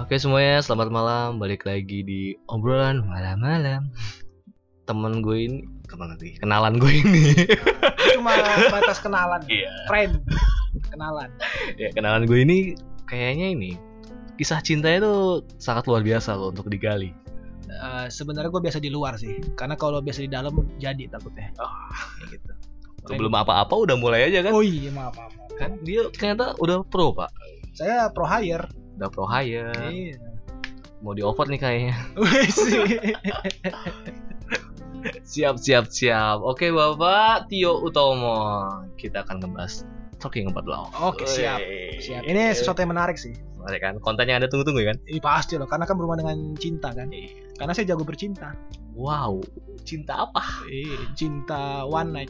Oke semuanya, selamat malam. Balik lagi di obrolan malam-malam. Temen gue ini, kenalan gue ini. Cuma batas kenalan. Iya. Friend. Kenalan. Ya, kenalan gue ini kayaknya ini kisah cintanya tuh sangat luar biasa loh untuk digali. Sebenarnya gue biasa di luar sih. Karena kalau biasa di dalam jadi takutnya. Kayak gitu. Sebelum apa-apa udah mulai aja kan. Oh iya, maaf. Kan dia ternyata udah pro, Pak. Saya pro hire. Udah pro hire. Iya. Mau di offer nih kayaknya. Wes. Siap. Oke Bapak Tio Utomo, kita akan ngebahas Talking About Love. Oke, siap. Ini sesuatu yang menarik sih. Menarik kan? Konten yang Anda tunggu-tunggu ya kan? Pasti loh, karena kan berhubungan dengan cinta kan. Karena saya jago bercinta. Wow, cinta apa? Cinta one night.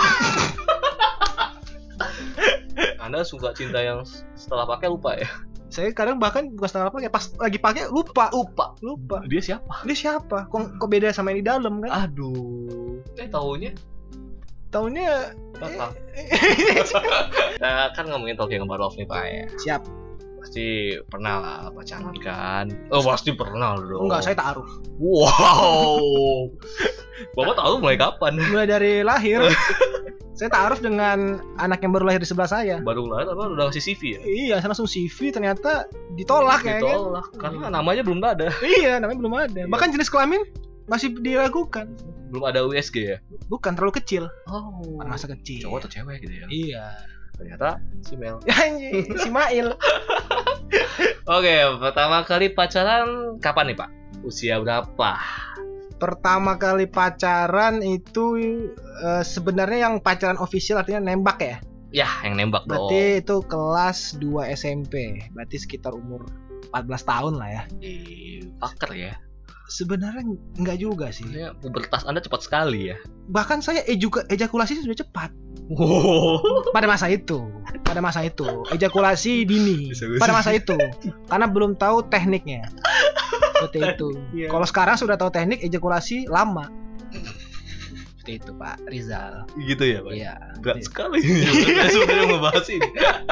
Anda suka cinta yang setelah pakai lupa ya? Saya kadang bahkan bukan setengah pakai, pas lagi pakai lupa. Dia siapa? Dia siapa? Kok beda sama yang di dalam kan? Aduh. Taunya Tahunnya Nah, kan ngomongin Talking About Love nih Pak ya. siap. Pasti pernah lah pacaran kan? Oh pasti pernah dong. Enggak, saya ta'aruf. Wow. Bapak tahu mulai kapan? Mulai dari lahir. Saya ta'aruf dengan anak yang baru lahir di sebelah saya. Baru lahir apa udah ngasih CV ya? Iya, saya langsung CV, ternyata ditolak ya kan. Ditolak karena namanya belum ada. Iya, namanya belum ada. Iya. Bahkan jenis kelamin masih diragukan. Belum ada USG ya? Bukan, terlalu kecil. Oh. Masa kecil. Cowok atau cewek gitu ya? Iya. Ternyata si Mel. Anjing, si Mail. Oke, pertama kali pacaran kapan nih Pak? Usia berapa? Pertama kali pacaran itu sebenarnya yang pacaran official artinya nembak ya. Ya, yang nembak dong. Berarti itu kelas 2 SMP. Berarti sekitar umur 14 tahun lah ya. Paker ya. Sebenarnya enggak juga sih. Sebenarnya pubertas Anda cepat sekali ya. Bahkan saya ejakulasi sudah cepat. Wow. Pada masa itu ejakulasi dini pada masa itu karena belum tahu tekniknya seperti itu. Yeah. Kalau sekarang sudah tahu teknik ejakulasi lama seperti itu Pak Rizal. Gitu ya Pak? Iya. Berat sekali sebenarnya ngebahas ini.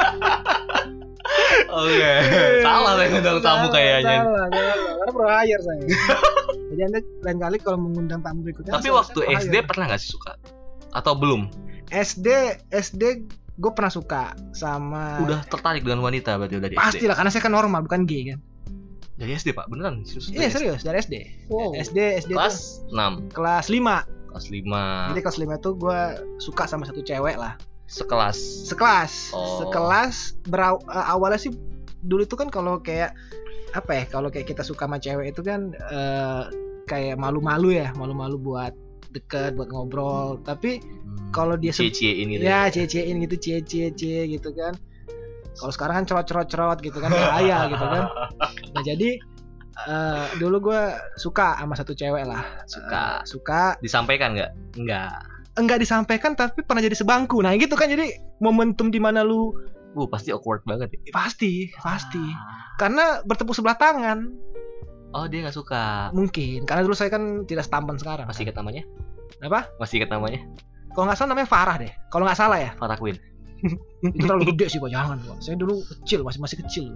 Oke, salah saya ngundang tamu kayaknya. Salah, karena pro hire saya. Jadi Anda lain kali kalau mengundang tamu berikutnya. Tapi waktu SD pernah nggak sih suka? Atau belum? SD gue pernah suka sama. Udah tertarik dengan wanita berarti udah di SD? Pastilah, karena saya kan normal bukan gay kan. Dari SD Pak, beneran? Iya serius, dari SD. Wow. SD Kelas 6. Kelas 5. Kelas 5. Jadi kelas 5 tuh gue suka sama satu cewek lah. Sekelas. Oh. Sekelas awalnya sih dulu tuh kan kalau kayak apa ya? Kalau kayak kita suka sama cewek itu kan kayak malu-malu buat deket, buat ngobrol. Tapi kalau dia cie-ciein gitu. Ya, cie-ciein gitu, cie gitu kan. Kalau sekarang kan cerot gitu kan, bahaya gitu kan. Nah, jadi dulu gue suka sama satu cewek lah. Suka. Disampaikan nggak? Enggak disampaikan, tapi pernah jadi sebangku. Nah, gitu kan, jadi momentum di mana lu pasti awkward banget ya. Pasti. Karena bertepuk sebelah tangan. Oh, dia nggak suka. Mungkin karena dulu saya kan tidak setampan sekarang. Masih ingat namanya? Apa? Masih ingat namanya? Kalau nggak salah namanya Farah deh. Kalau nggak salah ya. Farah Queen. Itu terlalu gede sih Pak, jangan Pak. Saya dulu kecil, masih kecil.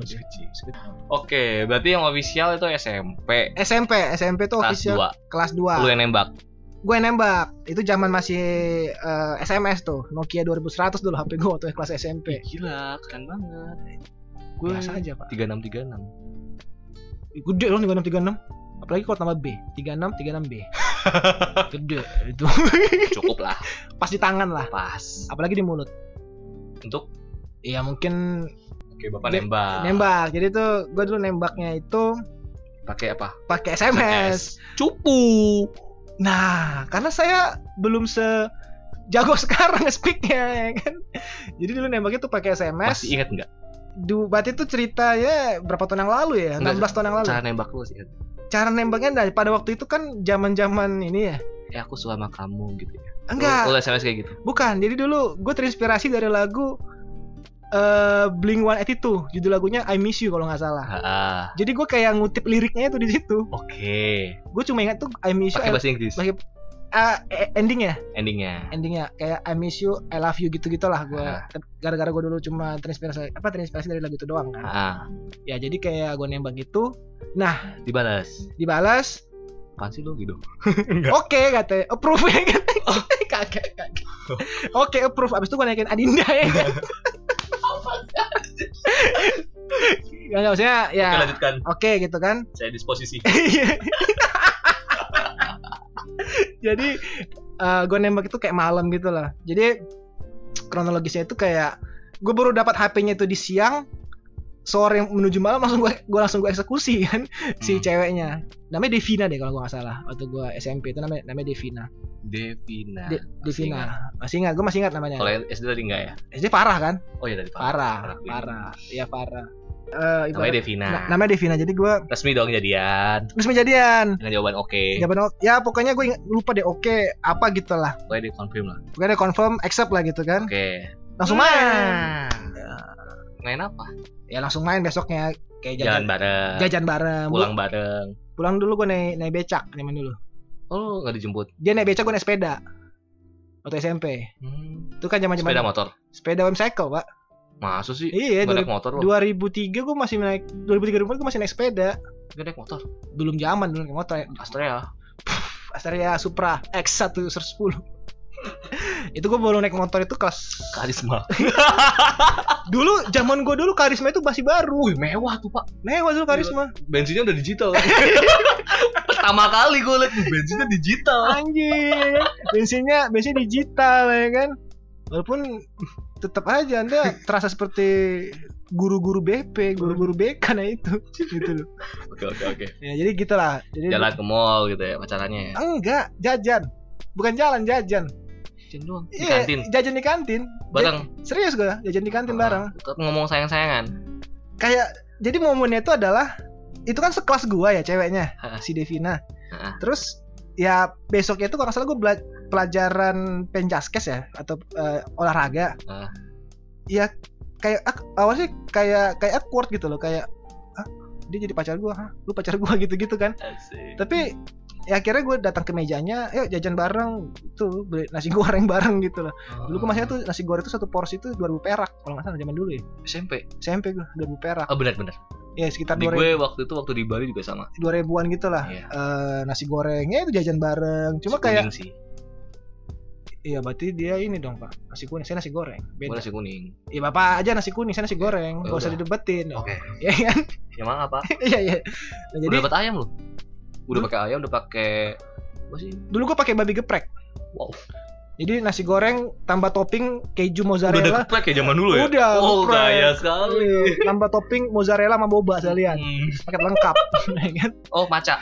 Oke, berarti yang official itu SMP. SMP tuh Kelas official 2. kelas 2. Lu yang nembak. Gue nembak. Itu zaman masih SMS tuh, Nokia 2100 dulu HP gue waktu kelas SMP. Gila, keren banget. Gue biasa aja Pak. 3636. Gede loh 3636. Apalagi kalau tambah B, 3636B. Gede itu. Cukup lah. Pas di tangan lah. Pas. Apalagi di mulut. Untuk? Iya mungkin. Oke, Bapak nembak. Nembak. Jadi tuh gue dulu nembaknya itu pakai apa? Pakai SMS. Cupu. Nah, karena saya belum sejago sekarang nge-speaknya ya kan. Jadi dulu nembaknya tuh pakai SMS. Masih ingat nggak? Berarti itu ceritanya berapa tahun yang lalu ya? 16 tahun yang lalu. Cara nembak lu sih. Cara nembaknya pada waktu itu kan zaman-zaman ini ya. Aku suka sama kamu gitu ya. Enggak. Lu SMS kayak gitu. Bukan. Jadi dulu gue terinspirasi dari lagu Blink-182, judul lagunya I Miss You kalau nggak salah. Jadi gue kayak ngutip liriknya itu di situ. Oke. Gue cuma ingat tuh I Miss You. Pakai bahasa Inggris. endingnya kayak I miss you, I love you gitu-gitulah gua. Gara-gara gua dulu cuma terinspirasi dari lagu itu doang kan. Ya jadi kayak gua nembak gitu. Nah, dibalas. Apaan sih lu gitu? Oke, katanya approve ya kan. Kagak. Oke, approve. Abis itu gua naikin Adinda ya kan. Enggak maksudnya ya. Oke, lanjutkan. Oke gitu kan. Saya disposisi. Jadi gue nembak itu kayak malam gitu lah. Jadi kronologisnya itu kayak gue baru dapat HP-nya itu di siang, sore menuju malam langsung gue eksekusi kan si ceweknya. Namanya Devina deh kalau gue nggak salah. Waktu gue SMP itu namanya Devina. Devina. Masih ingat namanya. Kalau SD tadi enggak ya? SD parah kan? Oh iya tadi parah. Iya parah. Namanya Devina. Jadi gue resmi jadian dengan jawaban oke. Ya pokoknya gue lupa deh oke apa gitu lah. Pokoknya dia confirm accept lah gitu kan. Oke. Langsung main. Main apa? Ya langsung main besoknya kayak jajan bareng. Pulang dulu gue naik becak zaman dulu. Oh nggak dijemput? Dia naik becak, gue naik sepeda. Waktu SMP. Itu kan zaman-zaman sepeda motor. Sepeda cycle pak. Masa sih? Iya, naik motor loh. 2003 gue masih naik 2003 gue masih naik sepeda. Gak naik motor? Belum zaman naik motor ya. Astrea Supra X110. Itu gue baru naik motor itu kelas Karisma. Dulu zaman gue dulu Karisma itu masih baru. Wih, mewah tuh pak. Mewah dulu Karisma. Bensinnya udah digital. Pertama kali gue liat bensinnya digital. Anjir. Bensinnya digital ya kan. Walaupun tetap aja Anda terasa seperti guru-guru BP, guru-guru BK nah itu gitu loh. Oke. Ya jadi gitulah. Jadi jalan ke mall gitu ya pacarannya ya. Enggak, jajan. Bukan jajan. Jajan doang. Di kantin. Jajan di kantin. Bareng. Serius gue, jajan di kantin bareng. Ngomong sayang-sayangan. Kayak jadi momennya itu adalah itu kan sekelas gua ya ceweknya, si Devina. Terus ya besoknya itu kalau nggak salah gue pelajaran penjaskes ya atau olahraga. Ya kayak awalnya kayak awkward gitu loh, kayak dia jadi pacar gue, lu pacar gue gitu kan. Tapi ya akhirnya gue datang ke mejanya, yuk jajan bareng, itu beli nasi goreng bareng gitu loh. Dulu gue masih tuh nasi goreng itu satu porsi itu 2000 perak kalau nggak salah zaman dulu ya. SMP gue 2000 perak. Oh benar. Ya sekitar 2000. Gue waktu di Bali juga sama. 2000-an gitu lah. Nasi gorengnya itu jajan bareng. Cuma kayak sih. Iya berarti dia ini dong pak, nasi kuning, saya nasi goreng. Beda. Nasi kuning. Iya bapak aja nasi kuning, saya nasi goreng. Gak usah didebatin. Oke. Ya kan? Ya maaf pak. Iya. Nah, jadi dapat ayam loh. Udah pakai ayam, udah pakai apa sih? Dulu gue pakai babi geprek. Wow. Jadi nasi goreng tambah topping keju mozzarella. Udah geprek ya zaman dulu ya? Udah. Oh kaya sekali. Tambah topping mozzarella sama boba sekalian. Paket lengkap. Oh maca.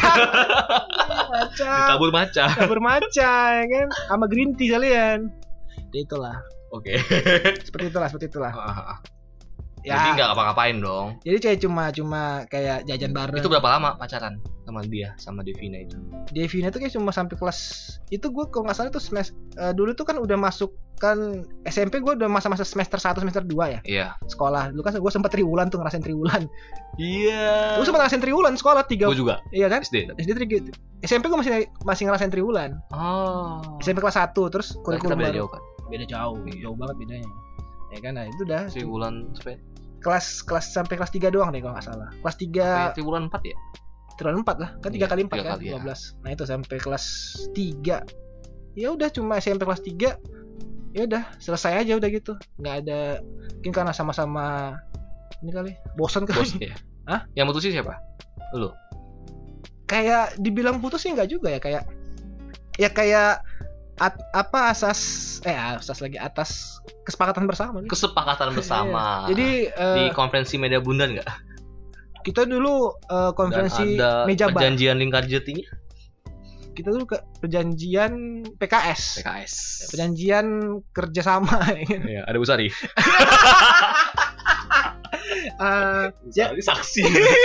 Ditabur maca ya kan. Sama green tea sekalian. Itulah. Oke. Seperti itulah. Ya. Jadi nggak ngapa-ngapain dong. Jadi kayak cuma kayak jajan bareng. Itu berapa lama pacaran sama dia, sama Devina itu? Devina itu kayak cuma sampai kelas itu gue kalau nggak salah itu dulu tuh kan udah masuk kan SMP, gue udah masa-masa semester 1 semester 2 ya. Iya. Sekolah. Dulu kan gue sempat triwulan tuh, ngerasain triwulan. Iya. Gue sempat ngerasain triwulan sekolah 3. Gue juga. Iya kan? SD 3 gitu. SMP gue masih ngerasain triwulan. Oh. SMP kelas 1 terus kurikulum baru. Jauh kan? Beda jauh banget bedanya. Ya kan, nah itu dah. Triwulan kelas sampai kelas 3 doang deh kalau nggak salah. Kelas 3 triwulan 4 ya? Triwulan 4 lah. Kan 3 kali 4 kan 12. Ya. Nah, itu sampai kelas 3. Ya udah cuma SMP kelas 3. Ya udah, selesai aja udah gitu. Nggak ada, mungkin karena sama-sama ini kali, bosan kali. Bosan ya? Hah? Yang mutusin siapa? Lu? Kayak dibilang putus sih nggak juga ya, kayak atas kesepakatan bersama. Jadi di konferensi media Bundan nggak? Kita dulu konferensi meja bar. Perjanjian lingkar jatinya. Kita dulu ke perjanjian PKS. Perjanjian kerjasama. Iya, ada Bu Sari. Saksi.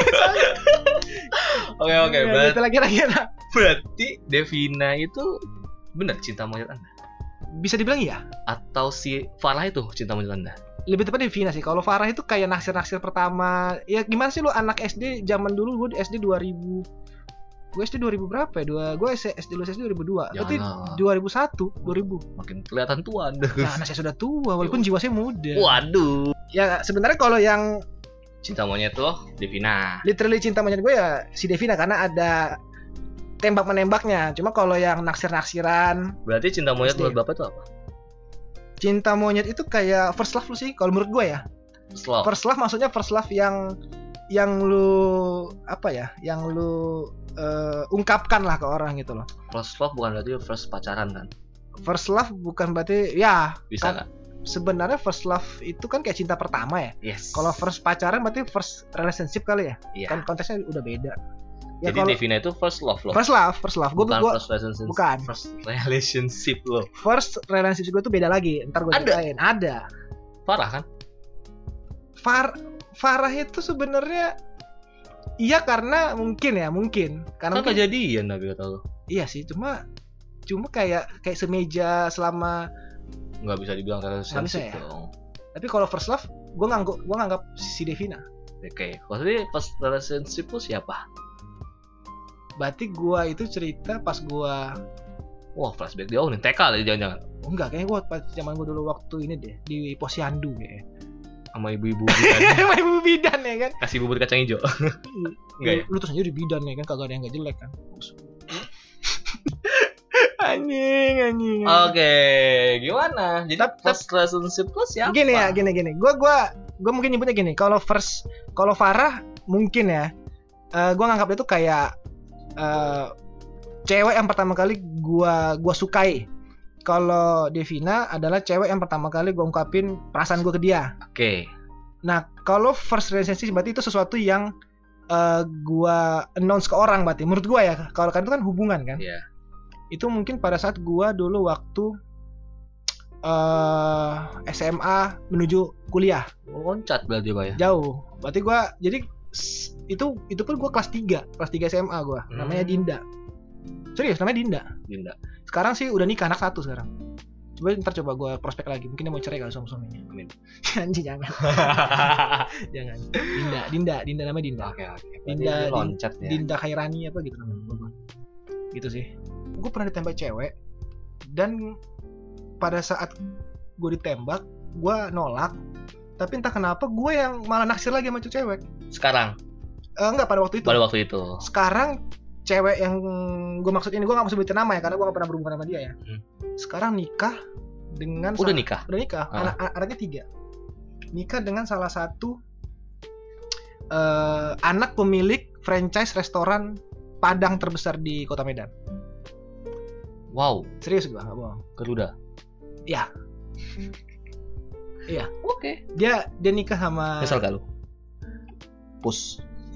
Oke. Berarti Devina itu benar cinta monyet Anda? Bisa dibilang iya. Atau si Farah itu cinta monyet Anda? Lebih tepatnya Devina sih. Kalau Farah itu kayak naksir pertama. Ya gimana sih lu anak SD zaman dulu, gue di SD 2000 Gue SD 2000 berapa ya? Gue SD lulus SD 2002. Berarti Janganlah. 2001, 2000. Makin kelihatan tua Anda. Nah, anak saya sudah tua walaupun jiwa saya muda. Waduh. Ya sebenarnya kalau yang Cinta monyet lo, Devina. literally cinta monyet gue ya si Devina karena ada tembak menembaknya. Cuma kalau yang naksir-naksiran, Berarti cinta monyet SD. menurut Bapak itu apa? cinta monyet itu kayak first love lu sih kalau menurut gue ya. Slow. First love maksudnya first love yang lu apa ya? Yang lu ungkapkan lah ke orang gitu loh. First love bukan berarti first pacaran kan? First love bukan berarti ya Bisa kan, nggak? sebenarnya first love itu kan kayak cinta pertama ya. Yes. Kalau first pacaran berarti first relationship kali ya. Iya. Kan konteksnya udah beda. Ya Jadi kalau Devina itu first love lo. first love gue Bukan gua first relationship. bukan. First relationship lo. first relationship gue tuh beda lagi. Ntar gue Ada? ceritain. Ada. Parah kan? Farah itu sebenarnya iya karena mungkin Kan karena mungkin, kejadian Nabi kata lo. iya sih cuma kayak semeja selama. Nggak bisa dibilang relationship bisa ya? dong. Tapi kalau first love gue nganggap si Devina. Oke. Maksudnya first relationship lo siapa? Berarti gue itu cerita pas gue Wah, flashback dia. Oh, nih TK lagi jangan-jangan. enggak kayaknya gue pas zaman gue dulu waktu ini deh di Posyandu kayaknya. Sama ibu-ibu bidan. Emang ibu bidan ya kan. Kasih bubur kacang hijau. Enggak ya? Lu terus aja di bidan ya kan kagak ada yang gak jelek kan. anjing. Oke, gimana? Jadi first relationship lo siapa? Gini. Gue mungkin nyebutnya gini. Kalau Farah mungkin ya. Gue nganggap itu kayak cewek yang pertama kali gue sukai. Kalau Devina adalah cewek yang pertama kali gue ungkapin perasaan gue ke dia. Oke. Nah, kalau first relationship berarti itu sesuatu yang gue announce ke orang berarti. Menurut gue ya, kalau kan itu kan hubungan kan. Iya. Itu mungkin pada saat gue dulu waktu SMA menuju kuliah. Loncat berarti Pak ya. Jauh. Berarti gue jadi itu pun gue kelas 3 SMA gue. Namanya Dinda. Serius namanya Dinda. Sekarang sih udah nikah anak 1 sekarang. Coba gue prospek lagi. Mungkin dia mau cerai kali sama suaminya. Amin. Anjing jangan. Jangan. Dinda namanya Dinda. Oke. Dinda Loncat ya. Dinda Khairani apa gitu namanya. Gitu sih. Gue pernah ditembak cewek dan pada saat gue ditembak, gue nolak. Tapi entah kenapa gue yang malah naksir lagi sama cewek. Sekarang. Enggak pada waktu itu. Pada waktu itu. Sekarang cewek yang gue maksud ini gue gak mau sebutin nama ya karena gue gak pernah berhubungan sama dia ya. Sekarang nikah dengan Udah nikah. Anaknya 3. Nikah dengan salah satu anak pemilik franchise restoran Padang terbesar di Kota Medan. Wow. Serius gue gak bohong. Garuda. Iya. Oke. Dia nikah sama. Nyesel gak lu? Pus.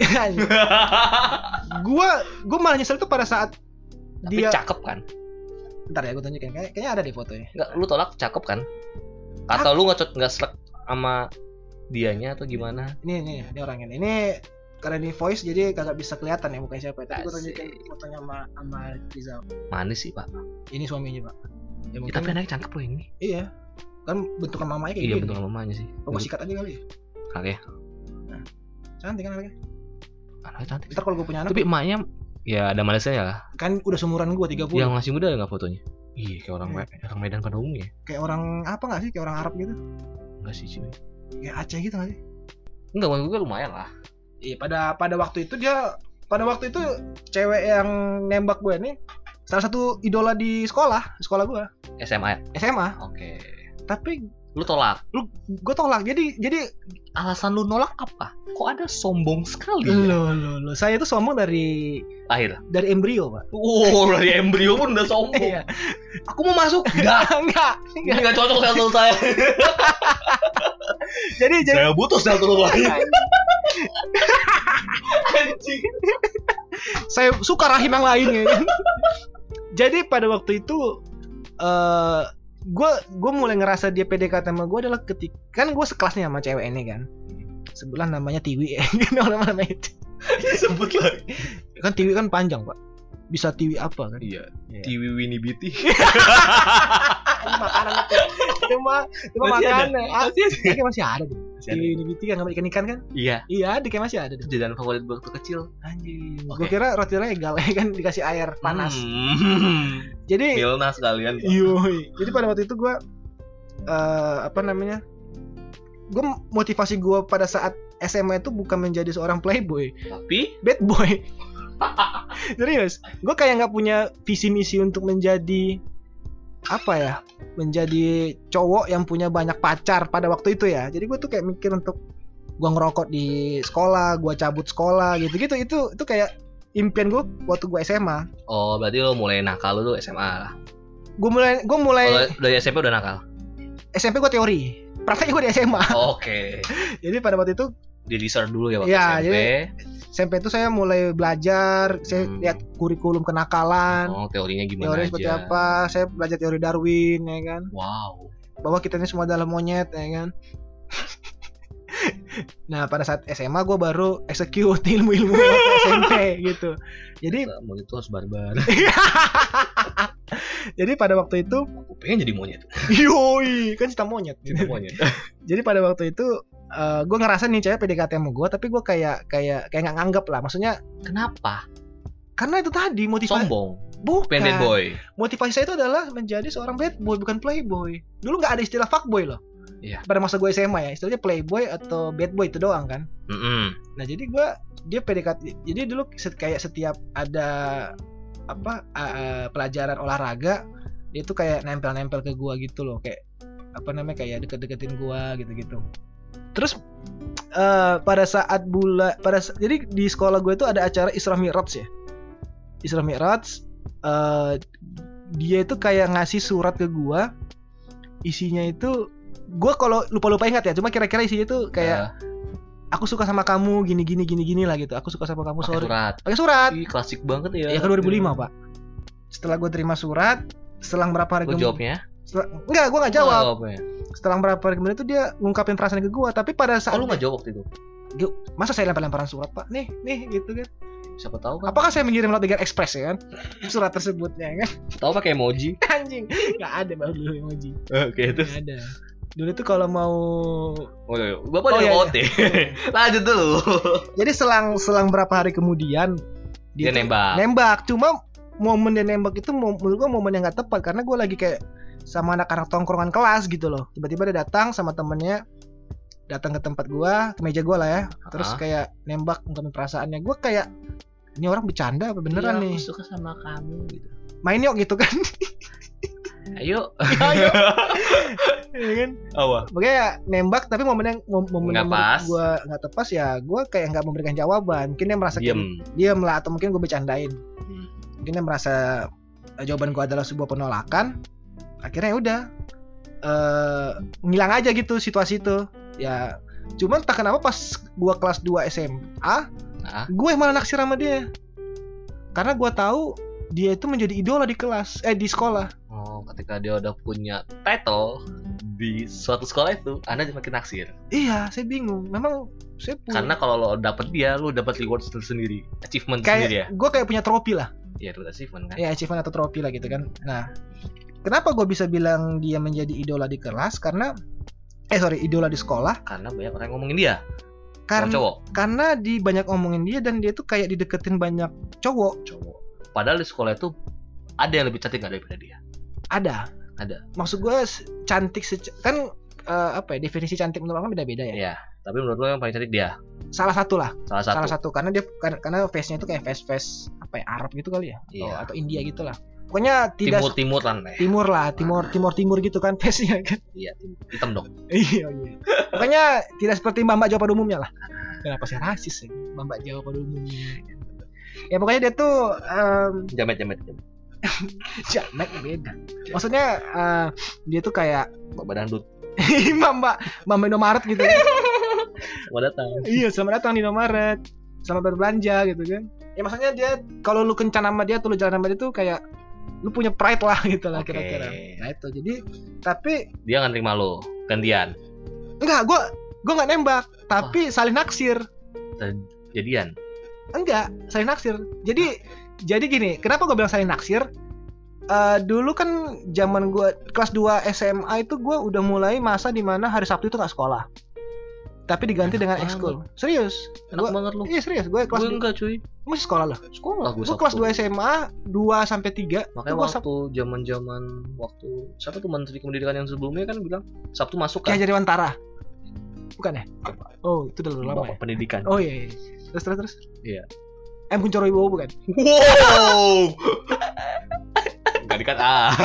Gue malah nyesel itu pada saat Tapi dia. cakep kan? Ntar ya gue tunjukin. Kayaknya ada di fotonya. Enggak, lu tolak cakep kan? Atau lu nggak selek sama dianya atau gimana? Ini orangnya. Ini karena di voice jadi kagak bisa kelihatan ya mukanya siapa. Tapi gue tunjukin fotonya sama Rizal. Manis sih pak. Ini suaminya pak. Ya, Ya, tapi anaknya cakep loh ini. Iya. Kan bentukan mamanya kayak Iya gini. bentukan mamanya sih. Oh, gue sikat aja kali ya. Oke. Cantik kan anaknya. Anaknya cantik. Ntar kalau gue punya anak. Tapi emaknya ya ada manisnya ya. Kan udah seumuran gue 30. Yang masih muda nggak fotonya? Iya kayak orang Medan pada umumnya. Kayak orang apa nggak sih? Kayak orang Arab gitu. Enggak sih cuy. Kayak Aceh gitu nggak sih? Enggak, menurut gue lumayan lah. Iya pada waktu itu cewek yang nembak gue nih salah satu idola di sekolah gue SMA. SMA. Oke. Tapi Lu tolak. gue tolak. Jadi Alasan lu nolak apa? Kok ada sombong sekali? lo saya itu sombong dari Akhir. embrio pak. Wow, dari embrio pun udah sombong. Iya. Aku mau masuk. Enggak. enggak. Ini nggak cocok sel telur saya. Jadi Saya butuh sel telur lain. Anjing. saya suka rahim yang lain ya kan? Jadi pada waktu itu gue mulai ngerasa dia PDKT sama gue adalah ketika kan gue sekelasnya sama cewek ini kan, sebelah namanya Tiwi ya. namanya Sebut lagi. kan Tiwi kan panjang pak, bisa Tiwi apa kan? Iya. Tiwi Winnie Biti. Makanan itu makanan masih ada. masih ada. Di Negeri 3 ngambil ikan kan? Iya. Iya, ada kayak masih ada deh. Jajanan favorit waktu kecil. Anjing. Oke. Gue kira roti legal kan dikasih air panas. Jadi Milna sekalian. yoi. Jadi pada waktu itu gue gue motivasi gue pada saat SMA itu bukan menjadi seorang playboy, Tapi bad boy. Serius, gue kayak nggak punya visi misi untuk menjadi menjadi cowok yang punya banyak pacar pada waktu itu ya. Jadi gue tuh kayak mikir untuk gue ngerokok di sekolah, gue cabut sekolah gitu-gitu. Itu kayak impian gue waktu gue SMA. oh berarti lo mulai nakal lo tuh SMA lah. Gue mulai Kalau dari SMP udah nakal. SMP gue teori, prakteknya gue di SMA. Oke. Jadi pada waktu itu Di research dulu ya waktu Iya, SMP. jadi SMP itu saya mulai belajar, saya lihat kurikulum kenakalan, Oh, teorinya gimana teori aja. seperti apa. Saya belajar teori Darwin, ya kan, Wow. bahwa kita ini semua adalah monyet, ya kan. Nah, pada saat SMA gue baru execute ilmu-ilmu waktu SMP gitu. Jadi Kamu itu harus barbar. jadi pada waktu itu, Aku pengen jadi monyet. yoi, kan cita monyet. Cinta monyet. Jadi pada waktu itu gue ngerasa nih cewek PDKT sama gue, tapi gue kayak nggak nganggap lah. Maksudnya Kenapa? karena itu tadi motivasi. Sombong. Bukan. Pengen boy. Motivasi saya itu adalah menjadi seorang bad boy, bukan playboy. Dulu nggak ada istilah fuckboy loh. Iya. Pada masa gue SMA ya, istilahnya playboy atau bad boy itu doang kan. Nah jadi dia PDKT. Jadi dulu kayak setiap ada pelajaran olahraga, dia tuh kayak nempel-nempel ke gue gitu loh, kayak kayak deket-deketin gue gitu-gitu. Terus pada saat jadi di sekolah gue itu ada acara Isra Mi'raj ya. Isra Mi'raj, dia itu kayak ngasih surat ke gue, isinya itu gue kalau lupa ingat ya, cuma kira-kira isinya itu kayak aku suka sama kamu gini lah gitu. Aku suka sama kamu, Pakai surat. Pakai surat. Ih, klasik banget ya. Ya kan 2005 Pak. Setelah gue terima surat, selang berapa hari Gue jawabnya? Enggak, gue nggak jawab. Jawabnya. Setelah berapa hari kemudian itu dia ngungkapin perasaan ke gue, tapi pada saat Oh, lu nggak jawab waktu itu? masa saya lempar-lemparan surat Pak, nih gitu kan. Siapa tahu kan? Apakah saya mengirim lewat Tiger Express ya kan? Surat tersebutnya kan. Tahu pakai emoji? Anjing, nggak ada baru emoji. Oke, itu. Nggak ada. Dulu tuh kalau mau Oh, iya. Bapak Oh, udah iya, OT. Lanjut dulu. jadi selang berapa hari kemudian Dia tuh nembak. nembak. Cuma momen dia nembak itu menurut gua momen yang nggak tepat, karena gua lagi kayak sama anak-anak tongkrongan kelas gitu loh. Tiba-tiba dia datang sama temennya, datang ke tempat gua, ke meja gua lah ya. Terus kayak nembak, ngungkapin perasaannya. Gua kayak, ini orang bercanda apa beneran nih? Aku suka sama kamu gitu. Main yuk gitu kan. Ayo. Ayo. Ya kan? Apa? Makanya nembak, tapi momen Nggak pas. gue nggak tepas ya, gue kayak nggak memberikan jawaban. Mungkin dia merasa diam lah, atau mungkin gue bercandain. Mungkin dia merasa jawaban gue adalah sebuah penolakan. Akhirnya ya udah, ngilang aja gitu situasi itu. Ya, cuman tak kenapa pas gue kelas 2 SMA, gue malah naksir sama dia. Karena gue tahu dia itu menjadi idola di di sekolah. Oh, ketika dia udah punya title di suatu sekolah itu, Anda makin naksir. Iya, saya bingung. Memang saya punya. Karena kalau lo dapet dia, lo dapet reward sendiri, achievement sendiri ya. Gue kayak punya trofi lah. Iya, itu achievement kan. Ya, achievement atau trofi lah gitu kan. Nah, kenapa gue bisa bilang dia menjadi idola di kelas? Karena idola di sekolah. Karena banyak orang ngomongin dia. Cowok. Karena di banyak ngomongin dia, dan dia tuh kayak dideketin banyak cowok. Padahal di sekolah itu ada yang lebih cantik daripada dia. Ada. Maksud gue cantik kan definisi cantik menurut orang beda-beda ya. Iya. Tapi menurut lo yang paling cantik dia? Salah satu lah. Salah satu. Karena face-nya itu kayak face Arab gitu kali ya. Iya. Atau India gitu lah. Pokoknya tidak Timur Timur gitu kan face-nya kan. Iya, hitam dong. Iya. Pokoknya tidak seperti mbak Jawa pada umumnya lah. Kenapa saya rasis ya? Mbak Jawa pada umumnya. Ya pokoknya dia tuh Jamet. Jamet beda. Maksudnya dia tuh kayak Mbak Dangdut. Mbak Indomaret gitu ya. Selamat datang. Iya, selamat datang di Indomaret. Selamat berbelanja gitu kan. Ya maksudnya dia, kalau lu kencan sama dia tuh, lu jalan sama dia tuh kayak lu punya pride lah gitu lah kira-kira. Nah itu, jadi tapi dia nggak terima lo gantian. Enggak, gue nggak nembak, tapi saling naksir. Jadian? Enggak, saling naksir. Jadi gini, kenapa gue bilang saling naksir? Dulu kan zaman gue kelas 2 SMA itu gue udah mulai masa dimana hari Sabtu itu nggak sekolah. tapi diganti Enak dengan banget. ekskul. Serius. Enak Gua- banget lu. Iya serius, gue kelas Gue enggak cuy. masih sekolah loh. Sekolah gue Gue kelas 2 SMA 2 sampai 3. Makanya waktu zaman waktu siapa tuh Menteri Pendidikan yang sebelumnya kan bilang Sabtu masuk kayak kan. jadi Wantara. Bukan ya? Oh, itu udah lama ya. Bapak pendidikan. Oh iya. Terus. Iya. Kuncoro Wibowo bukan? Wow. Gak dikat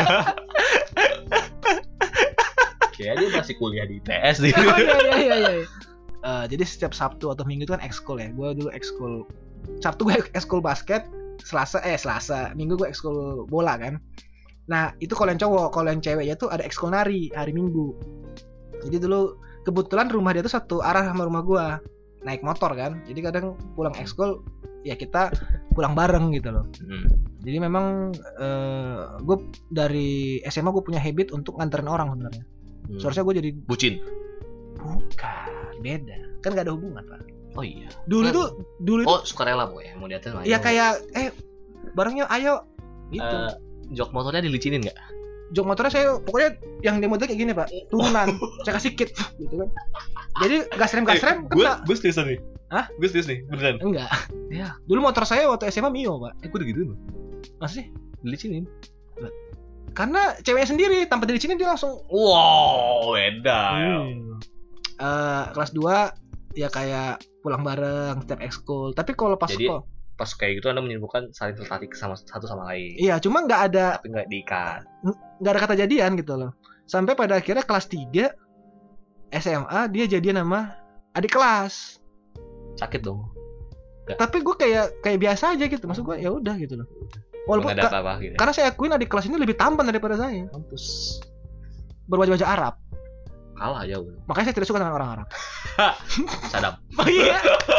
Kayaknya dia masih kuliah di ITS nih. Oh iya. Jadi setiap Sabtu atau Minggu itu kan ekskul ya. Gue dulu ekskul. Sabtu gue ekskul basket, Selasa, Minggu gue ekskul bola kan. Nah itu kalau yang cowok, kalau yang ceweknya tuh ada ekskul nari hari Minggu. Jadi dulu kebetulan rumah dia tuh satu arah sama rumah gue, naik motor kan. Jadi kadang pulang ekskul ya kita pulang bareng gitu loh. Jadi memang gue dari SMA gue punya habit untuk nganterin orang sebenarnya. Seharusnya gue jadi bucin. bukan, beda. Kan gak ada hubungan pak. Oh iya. Dulu itu Oh sukarela boy mau diantar. ya kayak bareng yuk ayo gitu. Jok motornya dilicinin nggak? Jok motornya saya pokoknya yang dia model kayak gini pak, turunan. Saya kasih kit gitu kan. Jadi gas rem kena. Gue serius nih. Hah? Gue serius nih beneran. Enggak. Ya. Dulu motor saya waktu SMA Mio pak. Gue udah gitu loh. Masa sih? Dilicinin. Karena ceweknya sendiri tanpa dilicinin dia langsung. Wow, beda. Kelas 2 ya kayak pulang bareng setiap ekskul. Tapi kalau pas Jadi, sekolah, pas kayak gitu Anda menyebutkan saling tertarik sama satu sama lain. iya cuma nggak ada Tapi nggak diikat. kata jadian gitu loh. Sampai pada akhirnya kelas 3 SMA dia jadian sama adik kelas. Sakit dong. Tapi gue kayak biasa aja gitu. Maksud gue ya udah gitu loh. Walaupun Nggak ada apa-apa gitu. karena saya akuin adik kelas ini lebih tampan daripada saya. Mampus. Berwajah-wajah Arab. Kalah jauh. Makanya saya tidak suka dengan orang Arab. Sadam. Oh iya.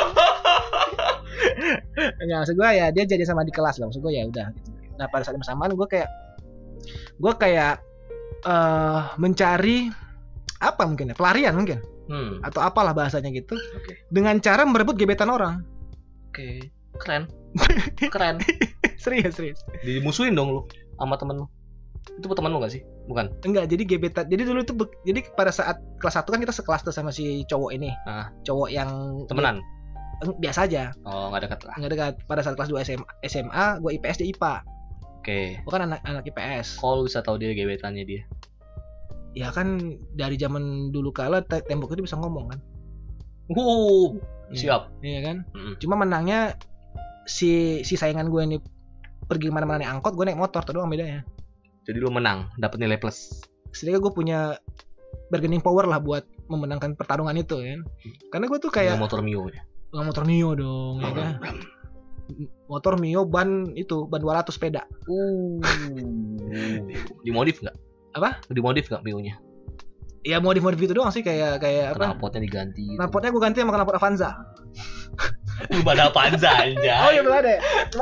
Ya maksud gue ya dia jadi sama adik kelas lah. Maksud gue ya udah gitu. Nah pada saat bersamaan gue kayak mencari apa mungkin ya, pelarian mungkin atau apalah bahasanya gitu. Oke. Dengan cara merebut gebetan orang. Oke. Keren. Keren. Serius. Dimusuhin dong lu sama temen lu. Itu temen lu gak sih? Bukan. Enggak, jadi gebetan. Jadi dulu itu jadi pada saat kelas 1 kan kita sekelas tuh sama si cowok ini. Cowok yang Temenan. Biasa aja. Oh, enggak dekat lah. Enggak dekat. Pada saat kelas 2 SMA, gue IPS dia IPA. Oke. Gue kan anak IPS. Kok lu bisa tahu dia gebetannya dia? Ya kan dari zaman dulu kala tembok itu bisa ngomong kan. Siap. Iya kan? Cuma menangnya si saingan gue ini pergi kemana-mana naik angkot, gue naik motor, itu doang bedanya. Jadi lu menang, dapat nilai plus. Setidaknya gue punya bargaining power lah buat memenangkan pertarungan itu kan. Karena gue tuh kayak motor Mio ya. Nggak motor Mio dong, ya kan? Motor Mio ban 200 sepeda. Dimodif nggak? Apa? Dimodif nggak Mio-nya? Ya modif gitu doang sih kayak apa? Knalpotnya diganti. Knalpotnya gue ganti sama knalpot Avanza. Belum ada Avanza aja. Oh iya belum ada.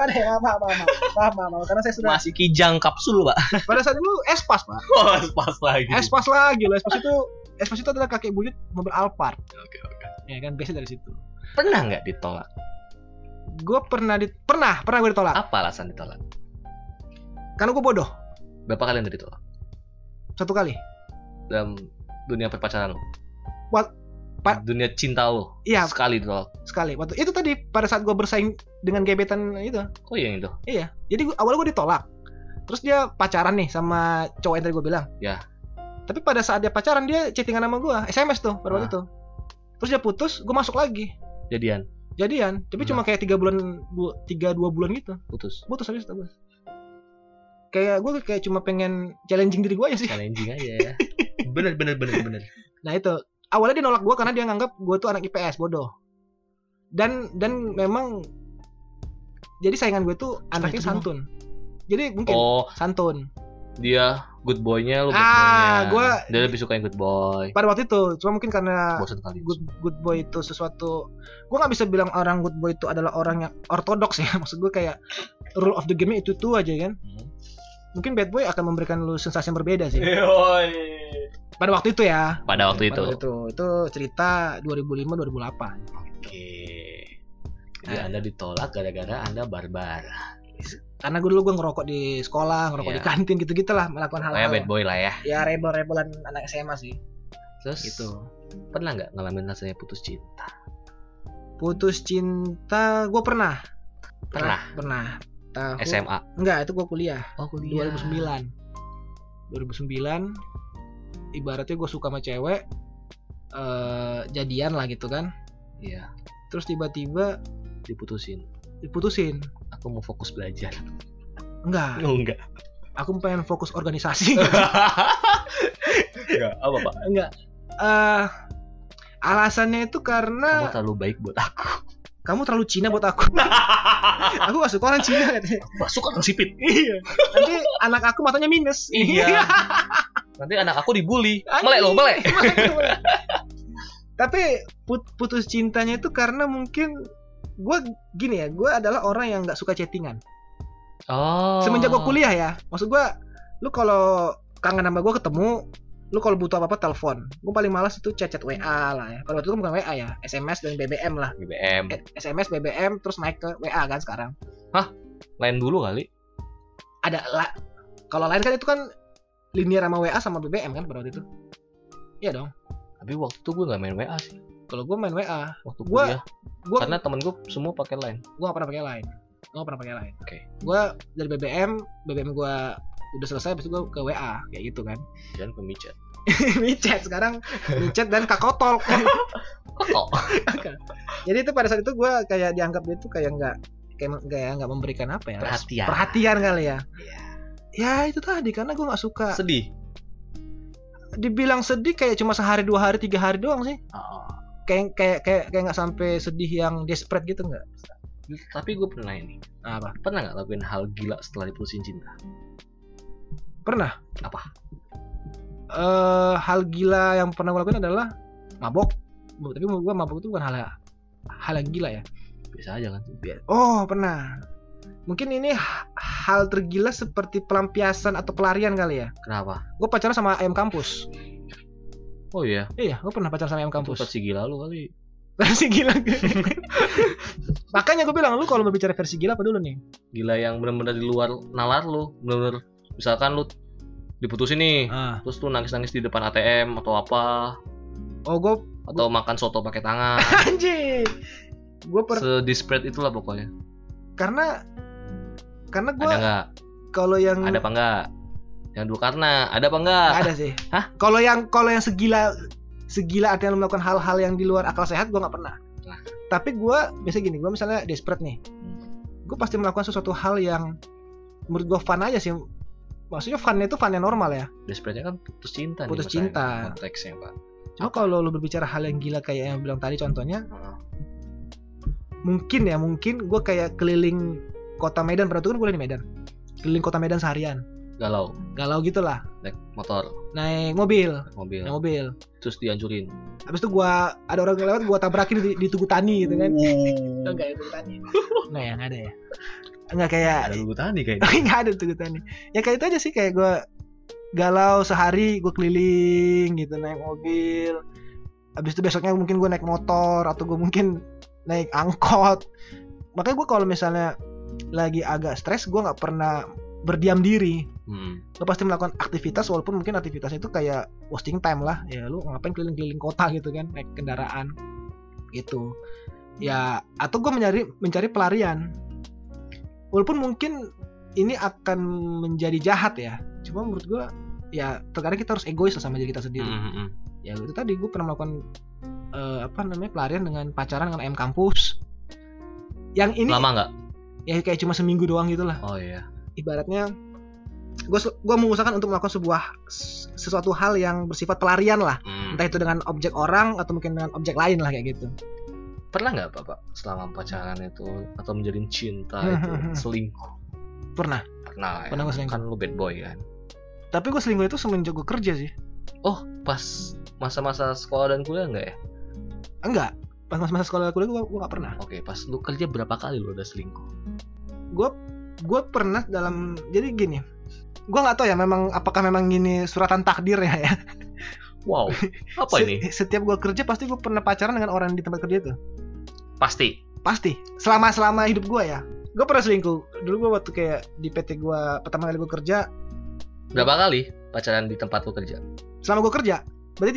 Maaf. Karena saya sudah masih kijang kapsul, Pak. pada saat dulu Espas, Pak. Oh, Espas lagi. Espas lagi loh. Espas itu adalah kakek buyut mobil Alphard. Oke. Ya kan biasa dari situ. Pernah nggak ditolak? Gue pernah gue ditolak. Apa alasan ditolak? Karena gue bodoh. Berapa kali Anda ditolak? 1 kali. Dalam dunia perpacaran lo? Dunia cinta lo? Iya. Sekali ditolak? Sekali. Waktu itu tadi pada saat gue bersaing dengan gebetan itu. Oh yang itu? Iya. Jadi awalnya gue ditolak. Terus dia pacaran nih sama cowok yang tadi gue bilang. Ya. Tapi pada saat dia pacaran dia chattingan sama gue, SMS tuh pada waktu itu. Terus dia putus, gue masuk lagi. Jadian. Tapi cuma kayak 3 bulan 2 bulan gitu. Putus habis itu gue. Kayak gue kayak cuma pengen challenging diri gue aja sih. Challenging aja ya. Bener. Nah itu awalnya dia nolak gue karena dia nganggap gue tuh anak IPS bodoh. Dan memang jadi saingan gue tuh anaknya santun. Jadi mungkin santun. Dia good boy-nya, lu bad boy-nya. Dia lebih suka yang good boy. Pada waktu itu, cuma mungkin karena bosan kali. Good boy itu sesuatu. Gue nggak bisa bilang orang good boy itu adalah orang yang ortodoks ya. Maksud gue kayak rule of the game itu aja kan. Mungkin bad boy akan memberikan lu sensasi yang berbeda sih. Pada waktu itu ya. Pada waktu itu. Itu cerita 2005-2008. Oke. Jadi Anda ditolak gara-gara Anda barbar. Karena dulu gue ngerokok di sekolah, ngerokok di kantin gitu-gitu lah, melakukan hal-hal. Kayak bad boy lah ya. Ya rebel-rebelan anak SMA sih. Terus gitu. pernah nggak ngalamin rasanya putus cinta? Putus cinta gue pernah. Tahun SMA. enggak, itu gue kuliah. Oh, kuliah. 2009 ibaratnya gue suka sama cewek, jadian lah gitu kan. Iya. Terus tiba-tiba Diputusin. Aku mau fokus belajar. Enggak, Enggak. aku pengen fokus organisasi. Enggak, apa Pak? Enggak. Alasannya itu karena Kamu terlalu baik buat aku. kamu terlalu Cina buat aku. Aku gak suka orang Cina katanya. Masuk orang sipit. Iya. Nanti anak aku matanya minus. Iya. Nanti anak aku dibully. Melek. Tapi putus cintanya itu karena mungkin gue gini ya, gue adalah orang yang nggak suka chattingan. Oh. Semenjak gue kuliah ya, maksud gue, lu kalau kangen sama gue ketemu, lu kalau butuh apa-apa telepon. Gue paling malas itu chat WA lah ya. Kalau waktu itu bukan WA ya, SMS dan BBM lah. BBM. SMS, BBM, terus naik ke WA kan sekarang. Lain dulu kali. Kalau lain kan itu kan linear sama WA sama BBM kan pada waktu itu. Iya dong. Tapi waktu itu gue nggak main WA sih. Kalau gue main WA, Waktu Gua- kuliah. Karena temen gue semua pakai Line. gue gak pernah pakai line. Oke. Gue dari BBM gue udah selesai, habis itu gue ke WA kayak gitu kan. Jangan ke micet. Micet sekarang, micet dan kakotol. Kok? Jadi itu pada saat itu gue kayak dianggap dia tuh kayak nggak memberikan apa ya? Perhatian kali ya. Iya. Ya itu tadi karena gue nggak suka. Sedih. Dibilang sedih kayak cuma sehari, 2 hari, 3 hari doang sih. Oh. Kayak nggak sampai sedih yang desperate gitu nggak. Tapi gue pernah ini. Apa? Pernah nggak lakuin hal gila setelah diputusin cinta? Pernah. Apa? Hal gila yang pernah gue lakuin adalah mabok. Tapi menurut gue mabok itu bukan hal yang gila ya. Biasa aja kan. Oh pernah. Mungkin ini hal tergila seperti pelampiasan atau pelarian kali ya. Kenapa? Gue pacaran sama ayam kampus. Oh iya. Iya, gue pernah pacaran sama ayam kampus. Versi gila lu kali. Versi gila. Makanya gue bilang, lu kalau mau bicara versi gila apa dulu nih? Gila yang benar-benar di luar nalar lu. Benar-benar misalkan lu diputusin nih, terus lu nangis-nangis di depan ATM atau apa? Oh gue atau makan soto pakai tangan. anjing. Gue sedisparate itulah pokoknya. Karena gue ada nggak? Kalau yang ada apa nggak? Yang dulu karena ada apa nggak? Ada sih. Hah? Kalau yang segila artinya melakukan hal-hal yang di luar akal sehat, gue nggak pernah. Nah. Tapi gue biasa gini, gue misalnya desperate nih, gue pasti melakukan sesuatu hal yang menurut gue fun aja sih. Maksudnya funnya itu fun yang normal ya. Desperate-nya kan putus cinta. Putus cinta. Konteksnya pak. Cuma kalau lu berbicara hal yang gila kayak yang bilang tadi contohnya, mungkin gue kayak keliling kota Medan, pada waktu kan gue di Medan, keliling kota Medan seharian. Galau gitulah. Naik motor. Naik mobil. Terus dihancurin. Habis itu ada orang yang lewat, gue tabrakin di Tugu Tani gitu kan. Enggak ya Tugu Tani. Nah yang ada ya. Enggak kayak ada Tugu Tani kayaknya. Enggak ada Tugu Tani. Ya kayak itu aja sih, kayak gue galau sehari, gue keliling gitu naik mobil. Habis itu besoknya mungkin gue naik motor atau gue mungkin naik angkot. Makanya gue kalau misalnya lagi agak stres, gue nggak pernah berdiam diri. Lo pasti melakukan aktivitas, walaupun mungkin aktivitasnya itu kayak wasting time lah. Ya lu ngapain keliling-keliling kota gitu kan, naik kendaraan gitu. Ya atau gue mencari pelarian. Walaupun mungkin ini akan menjadi jahat ya. Cuma menurut gue ya terkadang kita harus egois lah sama diri kita sendiri. Ya itu tadi gue pernah melakukan pelarian dengan pacaran dengan ayam kampus. Yang ini lama nggak? Ya kayak cuma seminggu doang gitulah. Oh iya. Ibaratnya gue mengusahakan untuk melakukan sesuatu hal yang bersifat pelarian lah. Entah itu dengan objek orang atau mungkin dengan objek lain lah kayak gitu. Pernah nggak Bapak selama pacaran itu atau menjalin cinta itu selingkuh? Pernah ya. Gue selingkuh. Kan lu bad boy kan. Tapi gue selingkuh itu semenjak gue kerja sih. Oh pas masa-masa sekolah dan kuliah nggak ya? Enggak. Pas masa sekolah kuliah gue nggak pernah. Oke, pas lu kerja berapa kali lu udah selingkuh? Gue pernah dalam, jadi gini, gue nggak tahu ya apakah memang gini suratan takdir ya. Wow, apa ini? Setiap gue kerja pasti gue pernah pacaran dengan orang di tempat kerja itu. Pasti. Selama hidup gue ya. Gue pernah selingkuh. Dulu gue waktu kayak di PT gue pertama kali gue kerja. Berapa kali pacaran di tempat lu kerja? Selama gue kerja, berarti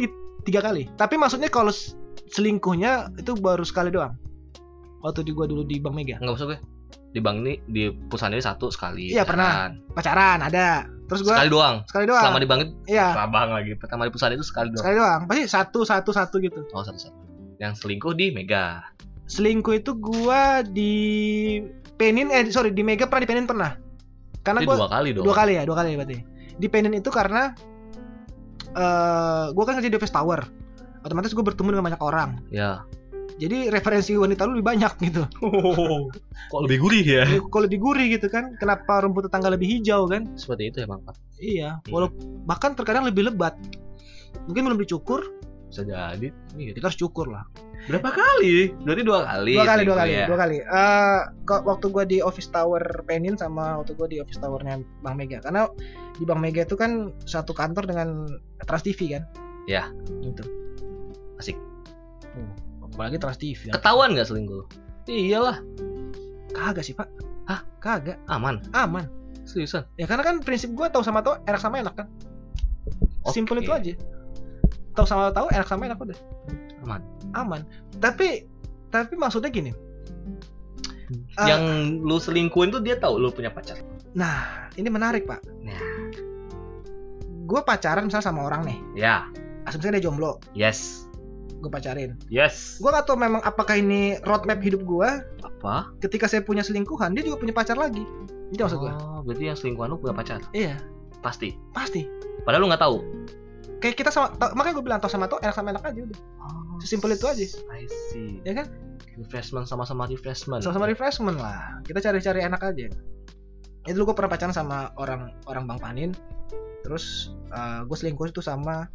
3 kali. Tapi maksudnya kalau selingkuhnya itu baru sekali doang. Waktu gue dulu di Bank Mega. Enggak usah gue. Di bank ini di perusahaan ini 1 sekali. Iya pernah. Pacaran ada. Terus gue Sekali doang. Selama di bank itu. Iya. Selama lagi. Pertama di perusahaan itu sekali doang. Sekali doang. Pasti satu gitu. Oh, satu. Yang selingkuh di Mega. Selingkuh itu gue di di Mega pernah, di Penin pernah. Karena Jadi gue 2 kali dong. 2 kali berarti. Di Penin itu karena gue kan kerja di office tower. Otomatis gue bertemu dengan banyak orang. Ya. Jadi referensi wanita lu lebih banyak gitu. Kok lebih gurih ya? Kalau lebih gurih gitu kan. Kenapa rumput tetangga lebih hijau kan? Seperti itu emang Pak. Iya. Bahkan terkadang lebih lebat. Mungkin belum dicukur. Bisa jadi. Kita harus cukur lah. Berapa kali? Berarti 2 kali. 2 kali. Waktu gue di office tower Penin sama waktu gue di office towernya Bank Mega. Karena di Bank Mega itu kan satu kantor dengan Trans TV kan. Ya. Gitu. Asik. Apalagi Trans TV. Ketahuan nggak selingkuh? Iyalah. Kagak sih Pak. Hah? Kagak. Aman. Seriusan? Ya karena kan prinsip gue tahu sama tahu, enak sama enak kan. Simpel itu aja. Tahu sama tahu, enak sama enak udah. Aman. Tapi maksudnya gini. Yang lu selingkuhin tuh dia tahu lu punya pacar. Nah, ini menarik Pak. Nah. Gue pacaran misalnya sama orang nih. Ya. Asumsinya dia jomblo. Yes. Gue pacarin. Yes. Gue gak tahu memang apakah ini roadmap hidup gue. Apa? Ketika saya punya selingkuhan, dia juga punya pacar lagi. Itu maksud gue. Oh, berarti yang selingkuhan lu punya pacar? Iya. Pasti. Padahal lu nggak tahu. Kayak kita makanya gue bilang tahu sama enak sama enak aja udah. Sesimpel itu aja. I see. Ya kan? Refreshment sama-sama refreshment. Sama-sama refreshment lah. Kita cari-cari enak aja. Itu dulu gue pernah pacaran sama orang Bang Panin. Terus gue selingkuh itu sama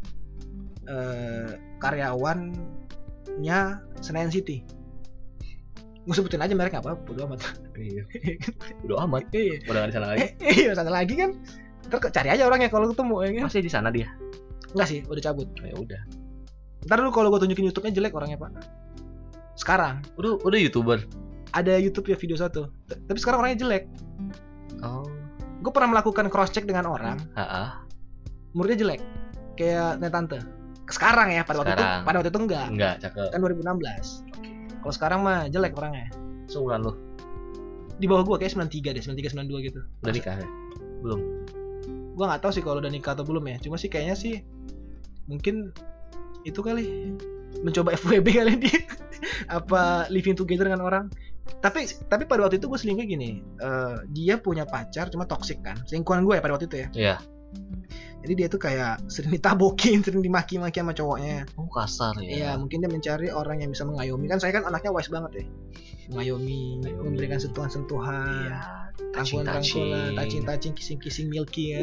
karyawannya Senayan City. Gue sebutin aja merek apa, bodo amat. Iya. Bodo amat. Iya. Udah nggak di sana lagi. Iya, sana lagi kan. Ntar cari aja orangnya kalau ketemu ya kan. Masih di sana dia? Enggak sih, udah cabut. Ya udah. Ntar dulu kalau gue tunjukin YouTube-nya jelek orangnya Pak. Sekarang. Udah YouTuber. Ada YouTube ya video satu. Tapi sekarang orangnya jelek. Oh. Gue pernah melakukan cross check dengan orang. Menurutnya jelek. Kayak tante. Sekarang ya, pada waktu itu enggak. Enggak, cakep. Kan 2016. Kalau sekarang mah jelek orangnya. Seumuran lu? Di bawah gue kayak 93 deh, 93 92 gitu. Udah nikah ya? Belum. Gue nggak tahu sih kalau udah nikah atau belum ya. Cuma sih kayaknya sih mungkin itu kali mencoba FWB kali dia. Apa living together dengan orang. Tapi pada waktu itu gue selingkuh gini. Dia punya pacar cuma toxic kan. Selingkuhan gue ya pada waktu itu ya. Iya. Jadi dia tuh kayak sering ditabokin, sering dimaki-maki sama cowoknya. Oh, kasar ya. Iya, mungkin dia mencari orang yang bisa mengayomi. Kan saya kan anaknya wise banget ya. Mengayomi, memberikan sentuhan-sentuhan. Iya. Rangkulan, touching, kissing milky ya.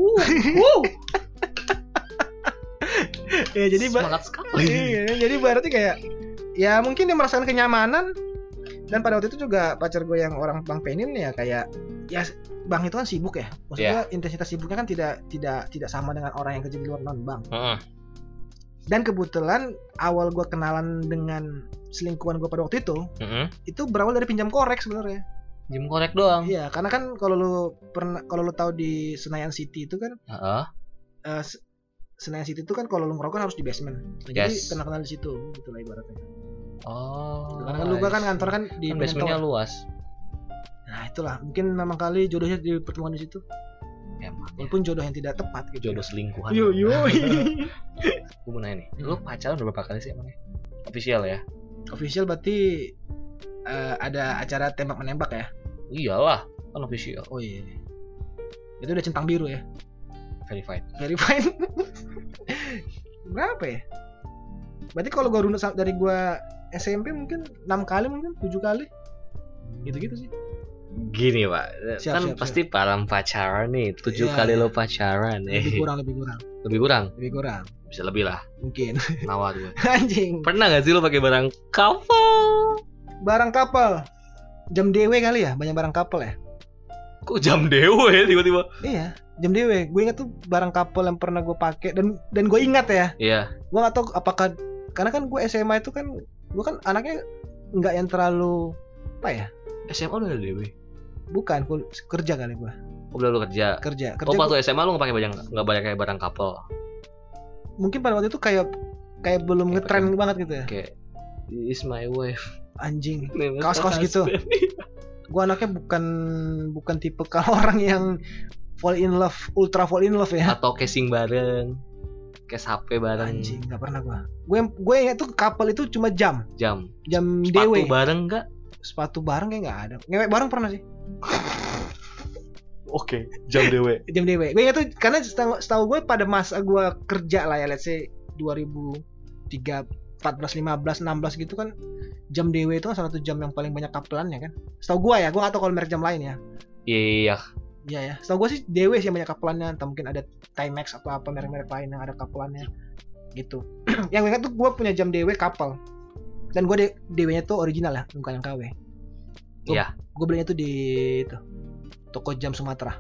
Ya jadi semangat sekali. Iya, jadi berarti kayak ya mungkin dia merasakan kenyamanan. Dan pada waktu itu juga pacar gue yang orang Bang Penin ya kayak ya Bang itu kan sibuk ya. Maksudnya intensitas sibuknya kan tidak sama dengan orang yang kerja di luar non-bank. Dan kebetulan awal gue kenalan dengan selingkuhan gue pada waktu itu berawal dari pinjam korek sebenarnya. Pinjam korek doang. Iya, karena kan kalau lu tahu di Senayan City itu kan Senayan City itu kan kalau lu ngerokok harus di basement. Nah, jadi kenal di situ gitu lah ibaratnya. Oh. Karena kan lu kan kantor kan di kan basementnya luas. Nah, itulah mungkin memang kali jodohnya di pertemuan di situ. Emang. Walaupun jodoh yang tidak tepat gitu. Jodoh selingkuhan. Yo. Gue mau nanya nih, lu pacaran berapa kali sih emangnya? Official ya? Official berarti ada acara tembak menembak ya? Iyalah, kan official. Oh iya. Itu udah centang biru ya? Verified. Berapa ya? Berarti kalau gue runut dari gue SMP mungkin 6 kali mungkin 7 kali. Gitu sih. Gini Pak, siap. Pasti param pacaran nih 7 kali lo pacaran. Lebih kurang. Bisa lebih lah. Mungkin. Nawar gue. Anjing. Pernah gak sih lo pakai barang couple? Barang couple. Jam dewe kali ya, banyak barang couple ya. Kok jam dewe tiba-tiba? Iya, jam dewe. Gue ingat tuh barang couple yang pernah gue pakai dan gue ingat ya. Iya. Gue nggak tahu apakah karena kan gue SMA itu kan gue kan anaknya nggak yang terlalu apa ya. SMA udah ada dewe? Bukan, gue kerja kali gue. Oh, udah lu kerja. Kerja. Oh, waktu SMA lu nggak pakai barang couple? Mungkin pada waktu itu kayak kayak belum Kayak ngetren banget gitu ya. Kayak this is my wife. Anjing. This is Kaos-kaos my gitu. husband. Gua anaknya bukan tipe kalau orang yang ultra fall in love ya. Atau casing bareng, case HP bareng, Anjing, nggak pernah gua. Gue ingat tuh couple itu cuma jam jam DW. sepatu bareng nggak? Sepatu bareng kayak nggak ada. Ngewek bareng pernah sih. Oke, jam DW. Jam DW. Gue ingat tuh karena setahu gue pada masa gue kerja lah ya, let's say 2003, 14, 15, 16 gitu kan, jam DW itu kan salah satu jam yang paling banyak couple-annya kan. Setahu gue ya, gue nggak tahu kalau merek jam lain ya. Iya. Iya ya. Setahu gue sih DW sih yang banyak couple-annya, atau mungkin ada Timex atau apa merek-merek lain yang ada couple-annya gitu. Yang gue ingat tuh gue punya jam DW couple. Dan gue DW-nya tuh original ya, bukan yang KW. Iya. Gue belinya tuh di itu toko jam Sumatera.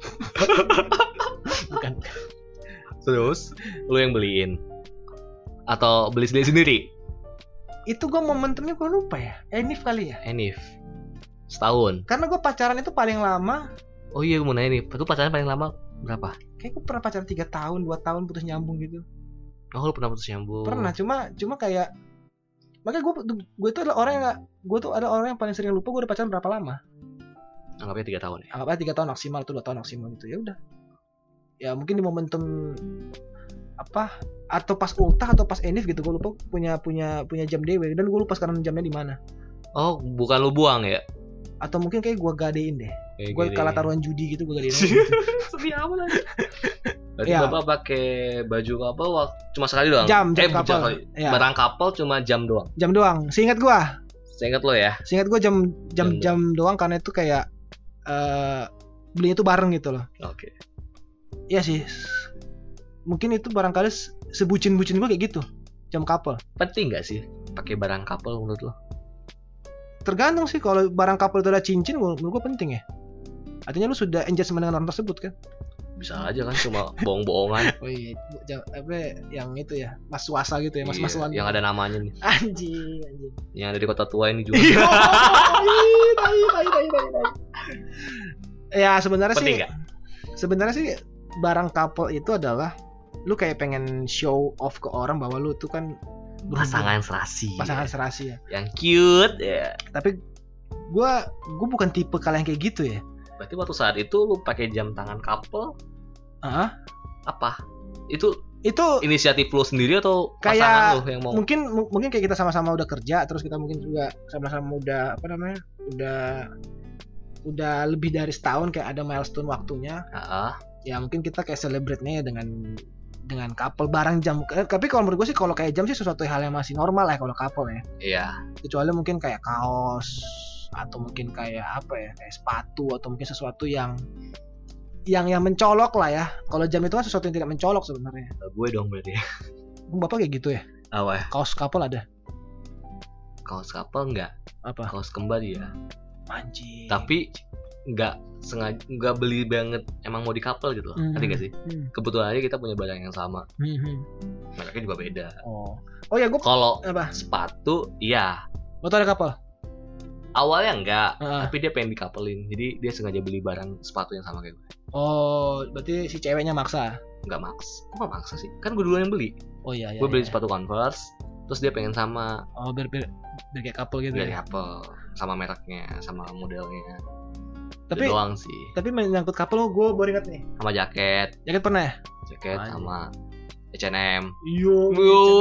Bukan. Terus lu yang beliin atau beli sendiri? Itu gue momentumnya gue lupa ya. Enif kali ya. Enif. Setahun. Karena gue pacaran itu paling lama. Oh iya, gue mau nanya nih. Itu pacaran paling lama berapa? Kayak gue pernah pacaran 3 tahun, 2 tahun putus nyambung gitu. Oh, lu pernah putus nyambung? Pernah, cuma kayak makanya gue tuh adalah orang yang yang paling sering lupa gue udah pacaran berapa lama. Anggapnya 3 tahun ya. Anggapnya 3 tahun maksimal atau 2 tahun maksimal gitu. Ya udah. Ya mungkin di momentum apa atau pas ultah atau pas enif gitu, gue lupa punya jam DW dan gue lupa sekarang jamnya di mana. Oh, bukan lu buang ya? Atau mungkin kayak gue gadein deh. Kayak Gue gini. kalah taruhan judi gitu, gue gadein. Gitu. Sedih amat lagi. Berarti Ya. Bapak pakai baju couple cuma sekali doang? Jam couple. Sekali. Ya. Barang couple cuma jam doang. Jam doang. Seingat gue Seingat lo ya? jam doang karena itu kayak belinya itu bareng gitu loh. Oke. Iya sih. Mungkin itu barangkali sebucin-bucin gue kayak gitu. Jam couple. Penting nggak sih pakai barang couple menurut lo? Tergantung sih, kalau barang couple itu ada cincin menurut gue penting ya. Artinya lu sudah engagement dengan orang tersebut kan. Bisa aja kan cuma bohong-bohongan. Oh iya, apa yang itu ya, Mas Suasa gitu ya, Mas Iya, Wan. yang ada namanya nih. Anjing. Yang ada di kota tua ini juga. Iya. Ya sebenarnya Penting sih. nggak? Sebenarnya sih barang couple itu adalah lu kayak pengen show off ke orang bahwa lu tuh kan Pasangan serasi. pasangan serasi ya. Yang cute ya. Tapi gua bukan tipe kalian kayak gitu ya. Berarti waktu saat itu lu pakai jam tangan couple Ah, apa? Itu itu inisiatif lu sendiri atau Kayak pasangan lu yang mau? mungkin kayak kita sama-sama udah kerja, terus kita mungkin juga sama-sama udah apa namanya, udah lebih dari setahun kayak ada milestone waktunya. Heeh. Ya mungkin kita kayak celebrate-nya ya dengan couple barang jam. Tapi kalau menurut gue sih kalau kayak jam sih sesuatu hal yang masih normal ya kalau couple ya. Iya. Kecuali mungkin kayak kaos atau mungkin kayak apa ya, kayak sepatu atau mungkin sesuatu yang mencolok lah ya. Kalau jam itu kan sesuatu yang tidak mencolok sebenarnya. Gue dong berarti. Bapak kayak gitu ya? Apa ya? Kaos couple ada? Kaos couple enggak? Apa? Kaos kembar ya. Anjing. Tapi enggak sengaja, enggak beli banget, emang mau di couple gitu loh. Ngerti gak sih? Kebetulan aja kita punya barang yang sama. Mereknya juga beda. Oh ya, gue Kalau apa? sepatu, iya. Lo tau ada couple? Awalnya enggak, Ah. tapi dia pengen di-couplein. Jadi dia sengaja beli barang sepatu yang sama kayak gue. Oh, berarti si ceweknya maksa. Enggak maks. Kok maksa sih? Kan gue duluan yang beli. Oh iya. Gue beli sepatu Converse, terus dia pengen sama. Oh, biar kayak couple gitu Dari ya. Apple, sama mereknya, sama modelnya. Tapi Itu doang sih. tapi menyangkut couple gue baru ingat nih. Sama jaket, Jaket pernah ya? jaket Anjing. sama H&M. Yo,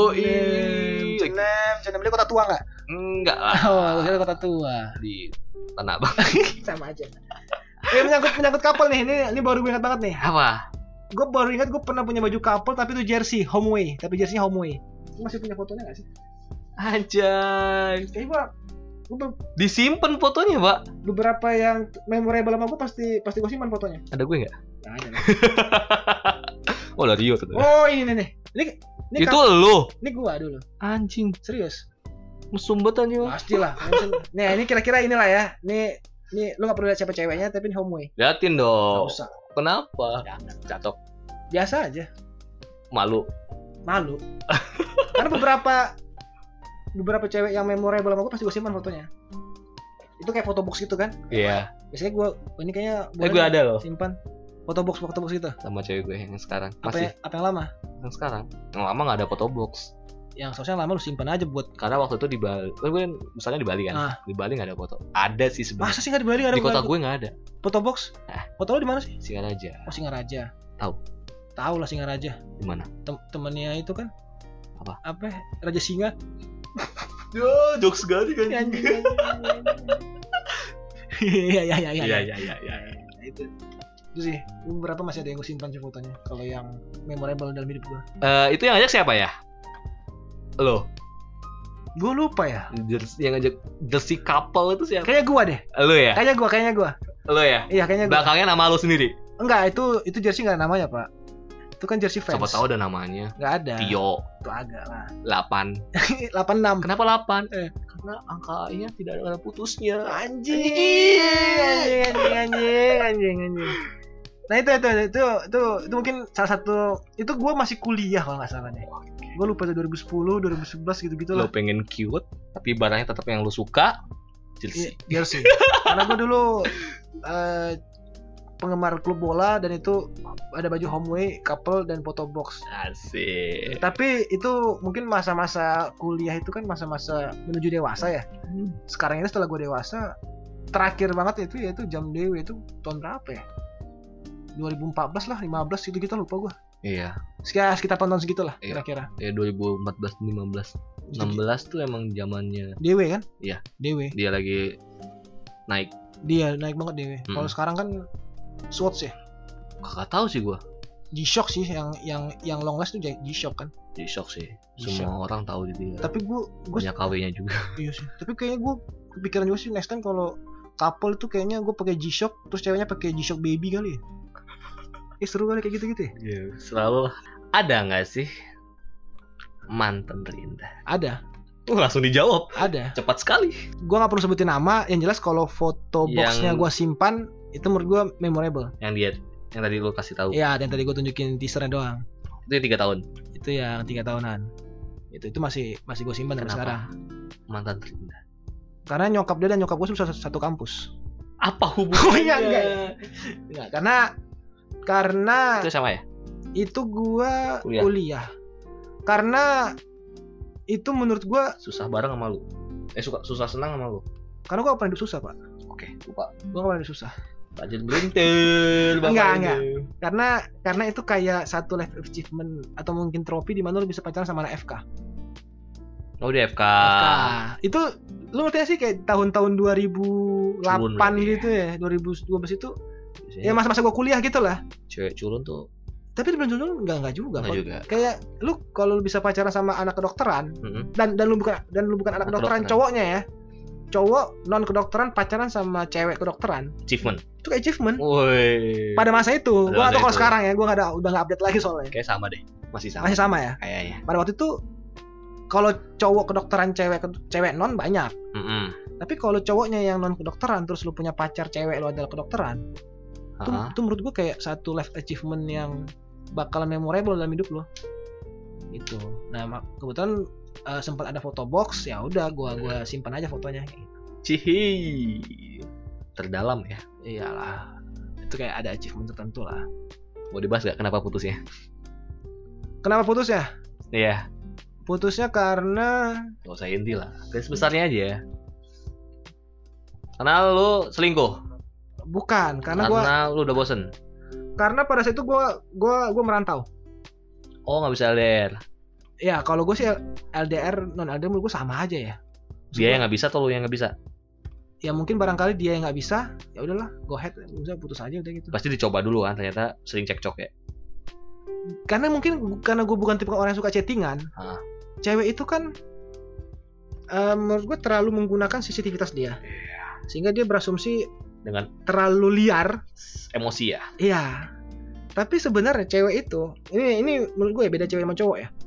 H&M beli kota tua nggak? Enggak lah, Oh, kira kota tua. di Tanah Abang. Sama aja. Menyangkut couple nih. Ini baru gue ingat banget nih. Apa? Gue baru ingat gue pernah punya baju couple tapi itu jersey Homeway, tapi jerseynya Homeway. Lu masih punya fotonya nggak sih? Anjay. Kayak gue Disimpan fotonya, Pak. beberapa yang memorable sama gue pasti gue simpan fotonya. Ada gue enggak? Nah, ada. Oh, dari Rio tuh. Oh ini nih. Ini Itu lu. ini gua dulu. Anjing. Serius. Mesum banget anjing. Pastilah. Nih ini kira-kira inilah ya. Nih lu nggak perlu lihat siapa ceweknya tapi ini Homeway. Liatin Nggak dong. usah. Kenapa? Jangan. Catok. Biasa aja. Malu. Malu. Karena beberapa cewek yang memorable sama gue pasti gue simpan fotonya. Itu kayak foto box gitu kan. Iya. Biasanya gue ini kayaknya Gue ada loh. simpan foto box gitu. Sama cewek gue yang sekarang. Apa Masih yang lama? yang sekarang. Yang lama nggak ada foto box. yang seharusnya lama lu simpan aja buat. Karena waktu itu di Bali, gue misalnya di Bali kan, di Bali nggak ada foto. Ada sih sebenarnya. Masa sih nggak di Bali? Di kota gue nggak ada. Foto box? Foto lu di mana sih? Singaraja. Oh Singaraja. Tahu lah Singaraja. Di mana? Temennya itu kan? Apa? Raja Singa. Yo, jokes sekali kan. Iya. Itu sih beberapa masih ada yang gue simpan sih fotonya kalau yang memorable dalam hidup gue. Itu yang ngajak siapa ya? Lo? Gue lupa ya. Yang ngajak jersey couple itu siapa? Kayaknya gue deh. Lo ya? Kayaknya gue. Lo ya? Iya kayaknya gue. Belakangnya nama lo sendiri? Enggak, itu jersey nggak ada namanya pak. Itu kan jersey fans. Siapa tahu ada namanya. Nggak ada. Tio. Itu agak lah. 8. 86. Kenapa 8? Karena angkanya tidak ada putusnya. Anjing. Nah itu mungkin salah satu. Itu gue masih kuliah kalau nggak salah deh. Gue lupa 2010, 2011 gitu-gitu lah. Lo pengen cute, tapi barangnya tetap yang lo suka. Jersey. Karena gue dulu penggemar klub bola dan itu ada baju homeway, couple dan photo box. Asik. Tapi itu mungkin masa-masa kuliah itu kan masa-masa menuju dewasa ya. Sekarang ini setelah gue dewasa, terakhir banget itu yaitu Jam Dewi itu tahun berapa ya? 2014 lah, 15 gitu-gitu lupa gue. Iya. Sekitar tahun segitulah kira-kira. Ya 2014, 15, 16 tuh emang zamannya Dewi kan? Iya. Dewi. Dia lagi naik. Dia naik banget Dewi. Kalau sekarang kan Swatch ya? Gak tahu sih gua. G-Shock sih yang long last tuh G-Shock kan? G-Shock sih. Semua orang tahu dia. Tapi gua banyak KW-nya juga. Iya sih. Tapi kayaknya gua kepikiran juga sih next time kalau couple itu kayaknya gua pakai G-Shock terus ceweknya pakai G-Shock baby kali ya. Seru kali kayak gitu-gitu ya? Iya, selalu ada nggak sih mantan terindah? Ada. Langsung dijawab. Ada. Cepat sekali. Gua nggak perlu sebutin nama. Yang jelas kalau foto boxnya gua simpan itu menurut gua memorable. Yang tadi lu kasih tahu. Iya, yang tadi gua tunjukin teasernya doang. Itu 3 tahun. Itu yang 3 tahunan. Itu masih gua simpan sampai sekarang. Mantan terindah. Karena nyokap dia dan nyokap gua satu kampus. Apa hubungannya? Enggak. Karena itu sama ya? Itu gua kuliah. Karena itu menurut gua susah bareng sama lu. Susah senang sama lu. Karena gua pernah hidup susah, Pak. Oke, lupa. Gua pernah hidup susah. Rajin belintil. Enggak. Karena itu kayak satu life achievement atau mungkin trofi di mana lu bisa pacaran sama anak FK. Oh, di FK. Itu lu ngerti sih kayak tahun-tahun 2008 gitu ya. 2012 itu ya masa-masa gua kuliah gitu lah. Cewek culun tuh. Tapi di culun enggak juga. Enggak juga. Kayak lu kalau lu bisa pacaran sama anak kedokteran dan lu bukan anak kedokteran cowoknya ya. Cowok non kedokteran pacaran sama cewek kedokteran. Achievement. Itu kayak achievement. Woi. Pada masa itu. Gua enggak tahu kalau sekarang ya. Gua udah enggak update lagi soalnya. Kayak sama deh. Masih sama ya? Kayaknya. Pada waktu itu kalau cowok kedokteran cewek non banyak. Tapi kalau cowoknya yang non kedokteran terus lu punya pacar cewek lu adalah kedokteran. Itu menurut gue kayak satu life achievement yang bakalan memorable dalam hidup lo. Itu. Nah, kebetulan sempat ada foto box, ya udah gua simpan aja fotonya kayak gitu. Cihi. Terdalam ya. Iyalah. Itu kayak ada achievement tertentu lah. Mau dibahas gak kenapa putusnya? Kenapa putus ya? Iya. Putusnya karena gak usah inti lah. Garis besarnya aja. Karena lu selingkuh. Bukan, karena lu udah bosen. Karena pada saat itu gue merantau. Oh, nggak bisa LDR. Ya, kalau gue sih LDR non LDR menurut gue sama aja ya. Dia yang nggak bisa atau lu yang nggak bisa? Ya mungkin barangkali dia yang nggak bisa, ya udahlah, go ahead, udah putus aja udah gitu. Pasti dicoba dulu kan, ternyata sering cekcok ya. Karena gue bukan tipe orang yang suka chattingan. Cewek itu kan menurut gue terlalu menggunakan sensitivitas dia. Sehingga dia berasumsi dengan terlalu liar, emosi ya. Iya. Tapi sebenarnya cewek itu, ini menurut gue beda cewek sama cowok ya.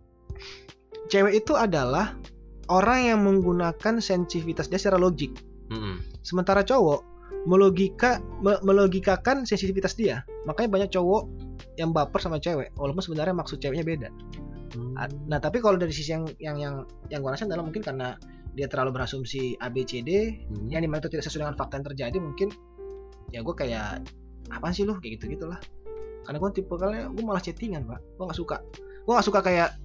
Cewek itu adalah orang yang menggunakan sensitivitas dia secara logik. Sementara cowok melogikakan sensitivitas dia. Makanya banyak cowok yang baper sama cewek, walaupun sebenarnya maksud ceweknya beda. Nah, tapi kalau dari sisi yang gue rasa adalah mungkin karena dia terlalu berasumsi ABCD yang dimana itu tidak sesuai dengan fakta yang terjadi, mungkin ya gue kayak apaan sih lu kayak gitu gitulah. Karena gue tipe kalian gue malah chattingan, Pak. Gue nggak suka kayak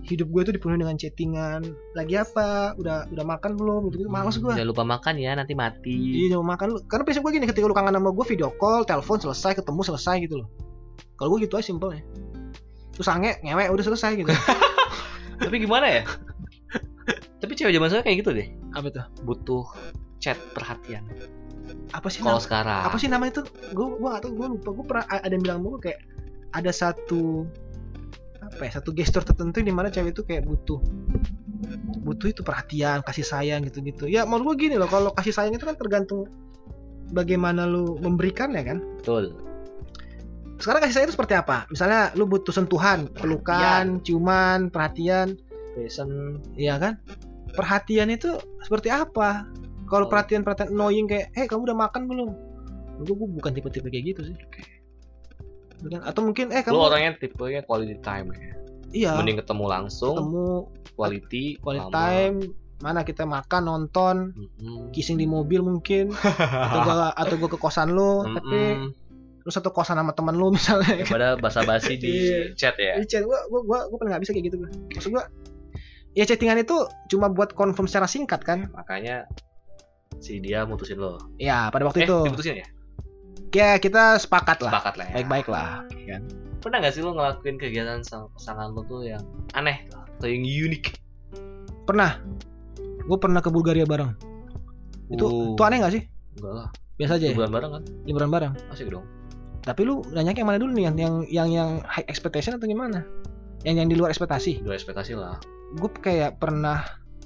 hidup gue tuh dipenuhi dengan chattingan. Lagi apa? Udah makan belum? Gitu malas gue. Jangan lupa makan ya, nanti mati. Iya, jangan makan lu. Karena prinsip gue gini, ketika lu kangen sama gue, video call, telepon, selesai, ketemu selesai gitu loh. Kalau gue gitu aja simpelnya. Terus ngewe udah selesai gitu. Tapi gimana ya? Tapi cewek zaman sekarang kayak gitu deh. Apa tuh? Butuh chat perhatian. Apa sih kalau sekarang? Apa sih nama itu? Gue nggak tahu, gue lupa. Gue pernah ada yang bilang gue kayak ada satu gestur tertentu di mana cewek itu kayak butuh itu perhatian, kasih sayang gitu-gitu. Ya menurut gue gini loh, kalau kasih sayang itu kan tergantung bagaimana lu memberikannya kan. Betul. Sekarang kasih sayang itu seperti apa? Misalnya lu butuh sentuhan, pelukan, ciuman, perhatian, passion, iya kan? Perhatian itu seperti apa? Kalau perhatian annoying kayak, kamu udah makan belum? Gue bukan tipe-tipe kayak gitu sih. Bukan. Atau mungkin kamu lu orangnya tipenya quality time ya. Iya. Mending ketemu langsung. Quality time. Mana kita makan, nonton, kissing di mobil mungkin, atau gue ke kosan lu, tapi lu satu kosan sama teman lu misalnya. Daripada basa-basi di chat ya. Di chat gue paling nggak bisa kayak gitu gue. Maksud gue, ya chattingan itu cuma buat confirm secara singkat kan. Makanya si dia mutusin lo. Ya pada waktu itu. Diputusin ya? Ya kita sepakat lah ya. Baik-baik lah kan. Pernah gak sih lo ngelakuin kegiatan sama pasangan lo tuh yang aneh atau yang unik? Pernah. Gue pernah ke Bulgaria bareng. Itu aneh gak sih? Enggak lah. Biasa aja. Liburan bareng kan? Liburan bareng. Asik dong. Tapi lu nanya yang mana dulu nih? Yang high expectation atau gimana? Yang di luar ekspektasi? Di luar ekspektasi lah. Gue kayak pernah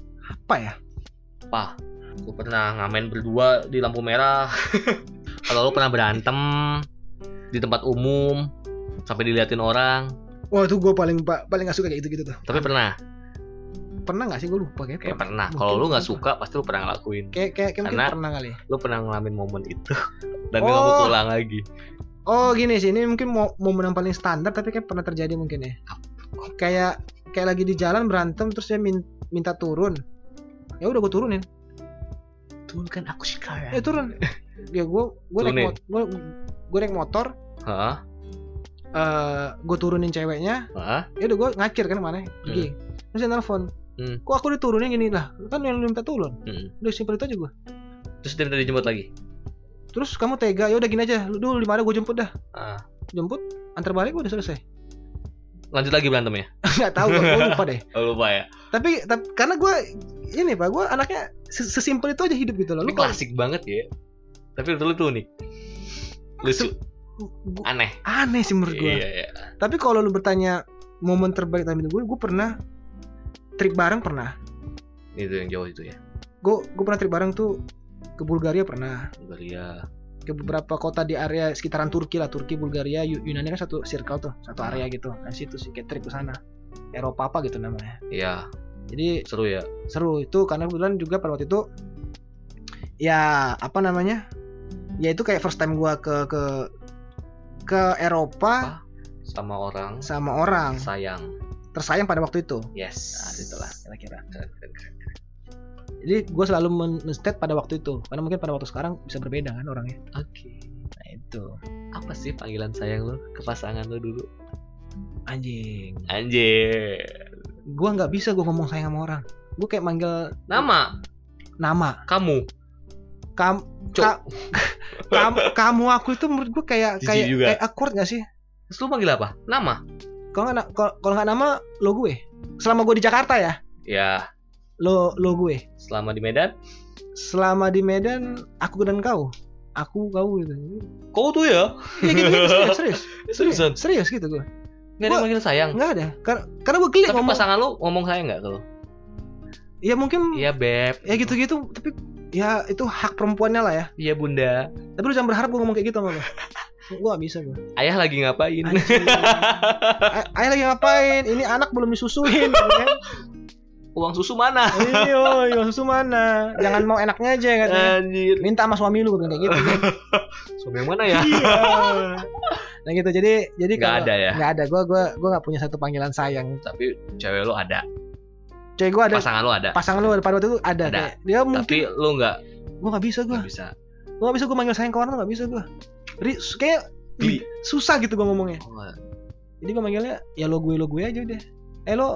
Gue pernah ngamen berdua di lampu merah. Kalau lo pernah berantem di tempat umum sampai diliatin orang. Wah, itu gue paling gak suka kayak gitu tuh. Tapi pernah gak sih? Gue lupa kayak pernah. Kalau lo gak suka pasti lo pernah ngelakuin. Kayak karena pernah kali. Lo pernah ngalamin momen itu dan gak mau pulang lagi. Oh gini sih, ini mungkin momen yang paling standar tapi kayak pernah terjadi mungkin ya. Kayak lagi di jalan berantem terus dia minta turun. Ya udah gue turunin. Turun kan aku suka ya. Turun. Ya gue naik motor. Gue turunin ceweknya. Ya udah gue ngakir kan mana pergi. Terus dia nelfon. Kok aku diturunin gini lah? Kan yang lu minta turun. Udah simpel itu aja gue. Terus dia minta dijemput lagi. Terus kamu tega, ya udah gini aja. Lu dulu di mana gue jemput dah. Jemput, antar balik udah selesai. Lanjut lagi berantem ya? Nggak tahu, gue lupa deh. Lupa ya. Tapi karena gue ini Pak, gue anaknya sesimpel itu aja hidup gitu loh. Lu klasik banget ya. Tapi lu tuh unik. Lucu. Aneh sih menurut gue. Iya. Tapi kalau lu bertanya momen terbaik dalam hidup gue pernah trip bareng pernah. Itu yang jauh itu ya. Gue pernah trip bareng tuh ke Bulgaria pernah. Ke beberapa kota di area sekitaran Turki lah, Turki, Bulgaria, Yunani kan satu circle tuh, satu area gitu. Nah situ sih kayak trip ke sana. Eropa apa gitu namanya. Iya. Jadi seru ya. Seru itu karena kebetulan juga pada waktu itu ya apa namanya? Ya itu kayak first time gua ke Eropa sama orang tersayang pada waktu itu. Yes. Nah, itulah kira-kira. Jadi gue selalu men-state pada waktu itu, karena mungkin pada waktu sekarang bisa berbeda kan orangnya. Oke. Nah itu. Apa sih panggilan sayang lo ke pasangan lo dulu? Anjing. Gue nggak bisa gue ngomong sayang sama orang. Gue kayak manggil nama. Kamu aku itu menurut gue kayak awkward nggak sih? Terus lu manggil apa? Nama? Kalau nggak nama lo gue. Selama gue di Jakarta ya. Ya. Lo gue. Selama di Medan? Selama di Medan aku dan kau. Aku kau gitu. Kau tuh ya? Iya gitu serius gitu gue. Nggak ada manggil sayang? Nggak ada. Karena gue geli. Tapi pasangan lo ngomong sayang nggak ke lo? Ya mungkin. Iya beb. Ya gitu-gitu. Tapi ya itu hak perempuannya lah ya. Iya bunda. Tapi lu jangan berharap gue ngomong kayak gitu sama lo. Gue gak bisa gue. Ayah lagi ngapain? Ayah lagi ngapain? Ini anak belum disusuin kan? Uang susu mana? Iya, uang susu mana? Jangan mau enaknya aja katanya. Anjir. Minta sama suami lu kayak gitu. Suami yang mana ya? Iya. Nah gitu. Jadi nggak ada ya? Nggak ada. Gue nggak punya satu panggilan sayang. Tapi cewek lu ada. Cewek gue ada. Pasangan lu ada. Pada waktu itu ada. Kayak, dia mungkin. Tapi lu nggak. Gue nggak bisa gue. Gue nggak bisa gue manggil sayang ke orang, nggak bisa gue. Kayak susah gitu gue ngomongnya. Jadi gue manggilnya ya lo gue aja udah. Lo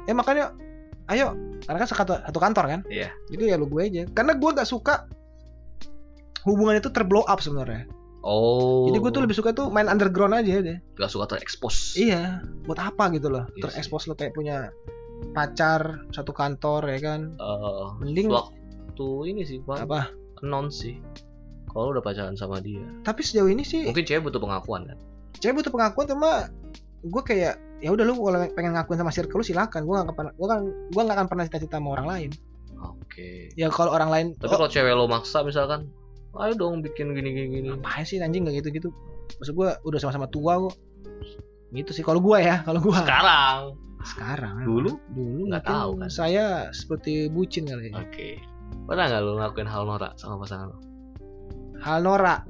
makanya ayo, karena kan satu kantor kan. Iya. Jadi ya lu gue aja. Karena gue gak suka hubungan itu terblow up sebenarnya. Oh. Jadi gue tuh lebih suka tuh main underground aja deh. Gak suka terekspos. Iya. Buat apa gitu loh? Iya terekspos lo kayak punya pacar satu kantor ya kan. Mending waktu ini sih Pak. Apa? Announce sih. Kalau udah pacaran sama dia. Tapi sejauh ini sih. Mungkin cewek butuh pengakuan kan. Cewek butuh pengakuan, cuma gue kayak ya udah lu kalau pengen ngakuin sama circle lu silakan. Gue nggak akan pernah cita-cita sama orang lain. Oke. Ya kalau orang lain. Tapi kalau cewek lo maksa misalkan, ayo dong bikin gini. Apaan sih anjing, nggak gitu. Maksud gue udah sama-sama tua kok. Gitu sih kalau gue ya. Kalau gue. Sekarang. Dulu nggak tahu kan. Saya seperti bucin kali. Oke. Pernah nggak lo ngelakuin hal norak sama pasangan lo? Hal norak?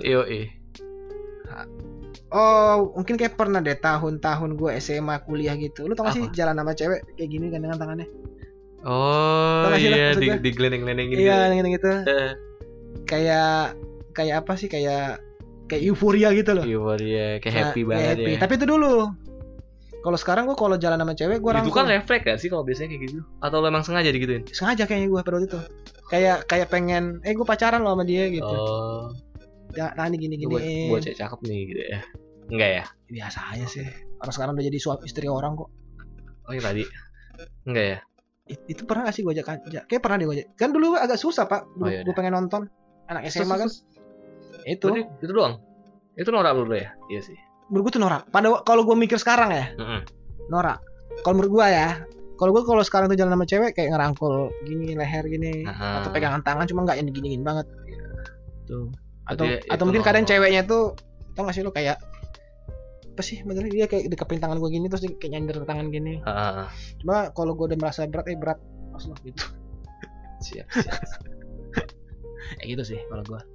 Oh, mungkin kayak pernah deh tahun-tahun gue SMA kuliah gitu. Lu tau gak sih jalan sama cewek kayak gini kan dengan tangannya? Oh iya, di gelendeng-gelendeng gitu. Iya, gitu. Kayak apa sih, kayak euforia gitu loh. Euforia, kayak happy banget ya. Tapi itu dulu. Kalau sekarang gue kalau jalan sama cewek gue rangkul. Itu kan refleks gak sih kalau biasanya kayak gitu? Atau lo emang sengaja digituin? Sengaja kayaknya gue pada waktu itu. Kayak pengen, gue pacaran lo sama dia gitu. Oh. Ya, nah ini gini. Buat cewek cakep nih gitu ya. Enggak ya? Biasa aja sih. Orang sekarang udah jadi suami istri orang kok. Oh iya tadi. Enggak ya? Itu pernah gak sih gue ajak? Kayak pernah deh gue ajak. Kan dulu agak susah Pak. Gue pengen nonton anak SMA kan. Itu doang. Itu norak dulu ya? Iya sih. Menurut gue tuh norak. Kalau gue mikir sekarang ya, norak. Kalau menurut gue ya, kalau sekarang tuh jalan sama cewek kayak ngerangkul gini, leher gini, atau pegangan tangan, cuma nggak yang diginiin banget. Tuh. Atau mungkin kadang ceweknya tuh, tau gak sih lo kayak apa sih? Bener dia kayak dekapin tangan gue gini terus dia kayak nyender tangan gini. Cuma kalau gue udah merasa berat pas lo gitu. Siap. Gitu sih kalau gue.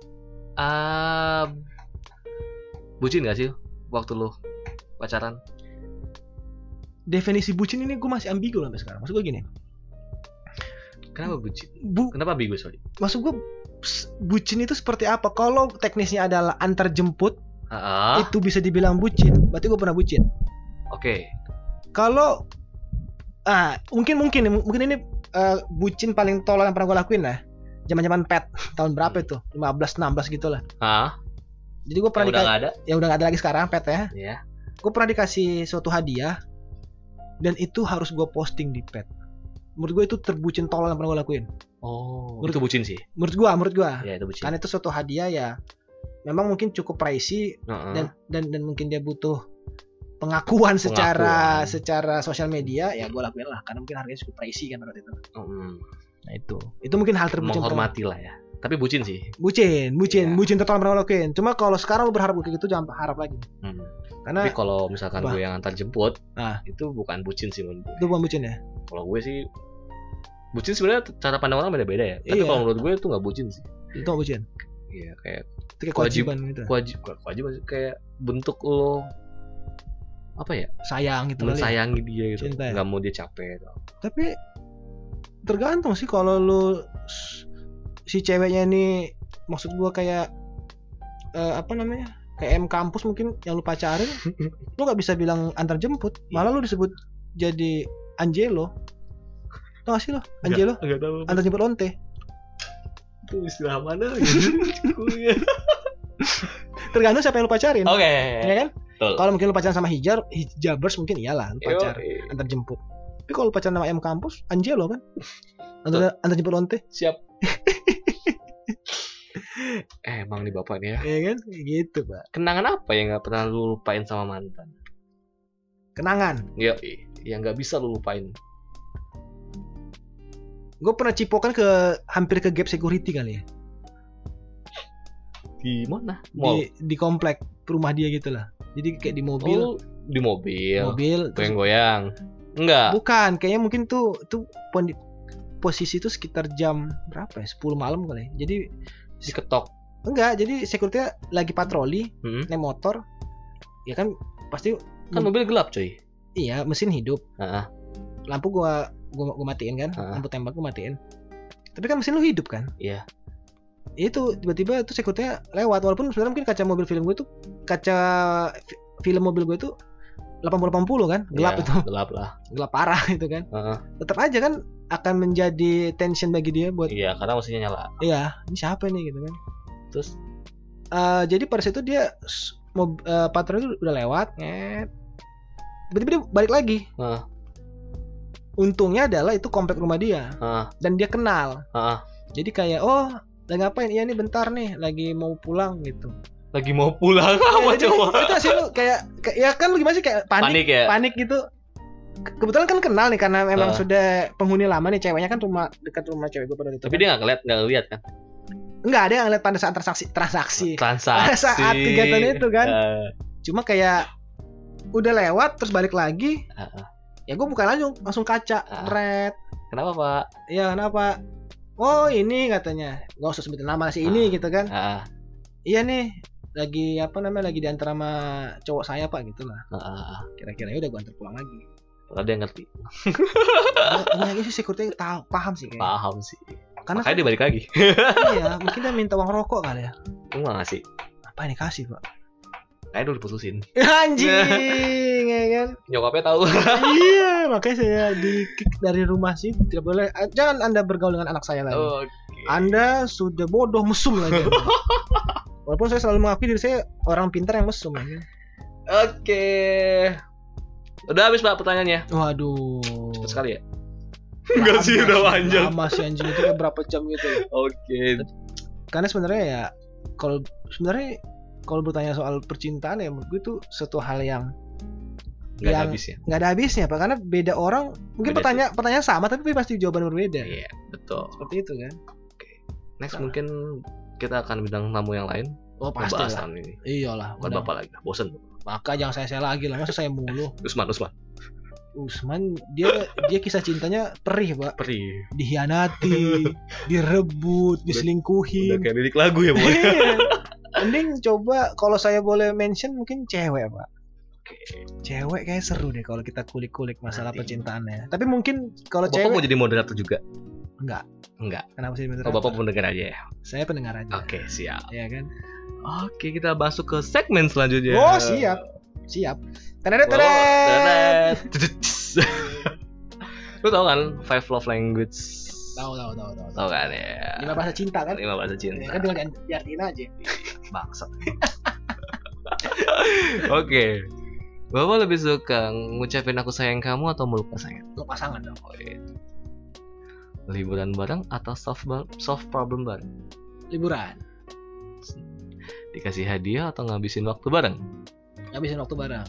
Bucin gak sih waktu lo pacaran? Definisi bucin ini gue masih ambigu sampai sekarang. Maksud gue gini. Kenapa bucin? Kenapa ambigu, sorry? Maksud gue bucin itu seperti apa? Kalau teknisnya adalah antar jemput, itu bisa dibilang bucin. Berarti gue pernah bucin. Oke. Kalau mungkin ini bucin paling tolol yang pernah gue lakuin lah. Zaman-zaman pet tahun berapa itu? 15 16 gitulah. Jadi gue pernah udah nggak ada lagi sekarang pet ya. Iya. Gue pernah dikasih suatu hadiah dan itu harus gue posting di pet. Menurut gue itu terbucin tolol yang pernah gue lakuin. Oh, itu bucin sih. Menurut gue. Ya, itu bucin. Karena itu suatu hadiah ya. Memang mungkin cukup pricey dan mungkin dia butuh pengakuan secara sosial media, ya gue lakuin lah karena mungkin harganya cukup pricey kan waktu itu. Nah itu mungkin hal terbucin. Menghormati lah ya. Tapi bucin sih. Bucin total pernah lakuin. Cuma kalau sekarang lu berharap kayak gitu jangan harap lagi. Karena tapi kalau misalkan gue yang antar jemput, itu bukan bucin sih menurut gue. Itu bukan bucin ya? Kalau gue sih bucin sebenarnya cara pandang orang beda-beda ya. Tapi kalau menurut gue itu nggak bucin sih. Itu nggak bucin. Iya kayak kewajiban gitu. Kewajiban kayak bentuk lo apa ya? Sayang gitu. Mensayangi dia gitu. Nggak mau dia capek. Tapi tergantung sih kalau lu si ceweknya ini, maksud gua kayak kayak kampus mungkin yang lu pacarin, lu nggak bisa bilang antar jemput, malah lu disebut jadi Angelo. Tau gak sih lo Angelo? Enggak tahu. Antar jemput lonte. Itu istilah mana gitu? Tergantung siapa yang lu pacarin. Oke. Ya kan? Kalau mungkin lu pacaran sama hijabers mungkin iyalah lu pacar antar jemput. Tapi kalau lu pacaran sama kampus, Angelo kan? Antar jemput lonte. Siap. Emang nih bapak nih ya. Iya kan? Gitu Pak. Kenangan apa yang gak pernah lu lupain sama mantan? Kenangan? Iya, yang gak bisa lu lupain. Gue pernah cipokan hampir ke gap security kali ya. Di mana? Di komplek rumah dia gitu lah. Jadi kayak di mobil. Oh, di mobil. Goyang-goyang. Enggak. Bukan, kayaknya mungkin tuh posisi itu sekitar jam berapa ya? 10 malam kali. Jadi diketok. Enggak, jadi security lagi patroli, naik motor. Ya kan pasti kan mobil gelap, coy. Iya, mesin hidup. Lampu gua matiin kan, lampu tembak gua matiin. Tapi kan mesin lu hidup kan? Iya. Itu tiba-tiba tuh security lewat, walaupun sebenarnya mungkin kaca mobil film gue itu 80-80 kan, gelap itu. Gelap lah. Gelap parah itu kan. Tetap aja kan akan menjadi tension bagi dia buat. Iya, karena mesinnya nyala. Iya, ini siapa nih gitu kan. Terus jadi pada situ dia patroli itu udah lewat, tiba-tiba dia balik lagi. Untungnya adalah itu komplek rumah dia. Dan dia kenal. Jadi kayak lagi ngapain? Iya nih bentar nih, lagi mau pulang gitu. Lagi mau pulang apa coba? Itu sih lu kayak ya kan lu gimana sih kayak panik ya? Panik gitu. Kebetulan kan kenal nih karena memang sudah penghuni lama nih, ceweknya kan dekat rumah cewek gue pada itu. Tapi dia nggak ngeliat kan? Enggak, ada yang ngeliat pada saat transaksi. Pada saat kegiatan itu kan. Cuma kayak udah lewat terus balik lagi. Ya gue buka langsung kaca, red. Kenapa Pak? Iya kenapa? Oh ini katanya, nggak usah sebutin nama si ini gitu kan? Iya nih, lagi lagi diantar sama cowok saya Pak gitu lah. Kira-kira ya udah gue antar pulang lagi. Kalau dia ngerti. Ini sih security paham sih kayaknya. Paham sih. Karena makanya dia balik lagi. Iya, mungkin dia minta uang rokok kali ya. Lu nggak ngasih? Apa yang dikasih Pak? Kayaknya udah diputusin. Anjing, ya kan? Nyokapnya tahu. Iya, makanya saya di-kick dari rumah sih. Tidak boleh. Jangan Anda bergaul dengan anak saya lagi. Anda sudah bodoh mesum lagi. Walaupun saya selalu mengakui diri saya orang pintar yang mesum ya. Udah habis Pak pertanyaannya. Waduh. Cepet sekali ya? Enggak sih, udah panjang. Lama sih anjing itu kayak berapa jam gitu. Karena sebenarnya ya kalau bertanya soal percintaan ya menurut gue itu suatu hal yang nggak ada habisnya Pak, karena beda orang mungkin pertanyaan sama tapi pasti jawaban berbeda. Iya betul. Seperti itu kan. Next mungkin kita akan bintang tamu yang lain. Pasti lah. Ini. Iyalah. Bukan Bapak lagi, bosen. Maka jangan saya lagi lah, masa saya mulu. Usman dia kisah cintanya perih Pak. Perih. Dikhianati, direbut, diselingkuhi. Udah kayak lirik lagu ya Pak. Mending coba kalau saya boleh mention mungkin cewek Pak. Cewek kayak seru deh kalau kita kulik-kulik masalah percintaannya. Tapi mungkin kalau cewek. Bapak mau jadi moderator juga? Enggak. Kenapa sih moderator? Bapak pendengar aja ya. Saya pendengar aja. Oke, siap. Iya kan? Oke, kita masuk ke segmen selanjutnya. Oh, siap. Tenet. Lu tau kan 5 love language? Tahu kan ya. 5 bahasa cinta kan? 5 bahasa cinta. Ya, kan tinggal diartiin aja. Bangsat. Oke. Bapak lebih suka ngucapin aku sayang kamu atau meluk pasangan? Meluk pasangan dong. Liburan bareng atau solve problem bareng? Liburan. Dikasih hadiah atau ngabisin waktu bareng? Ngabisin waktu bareng.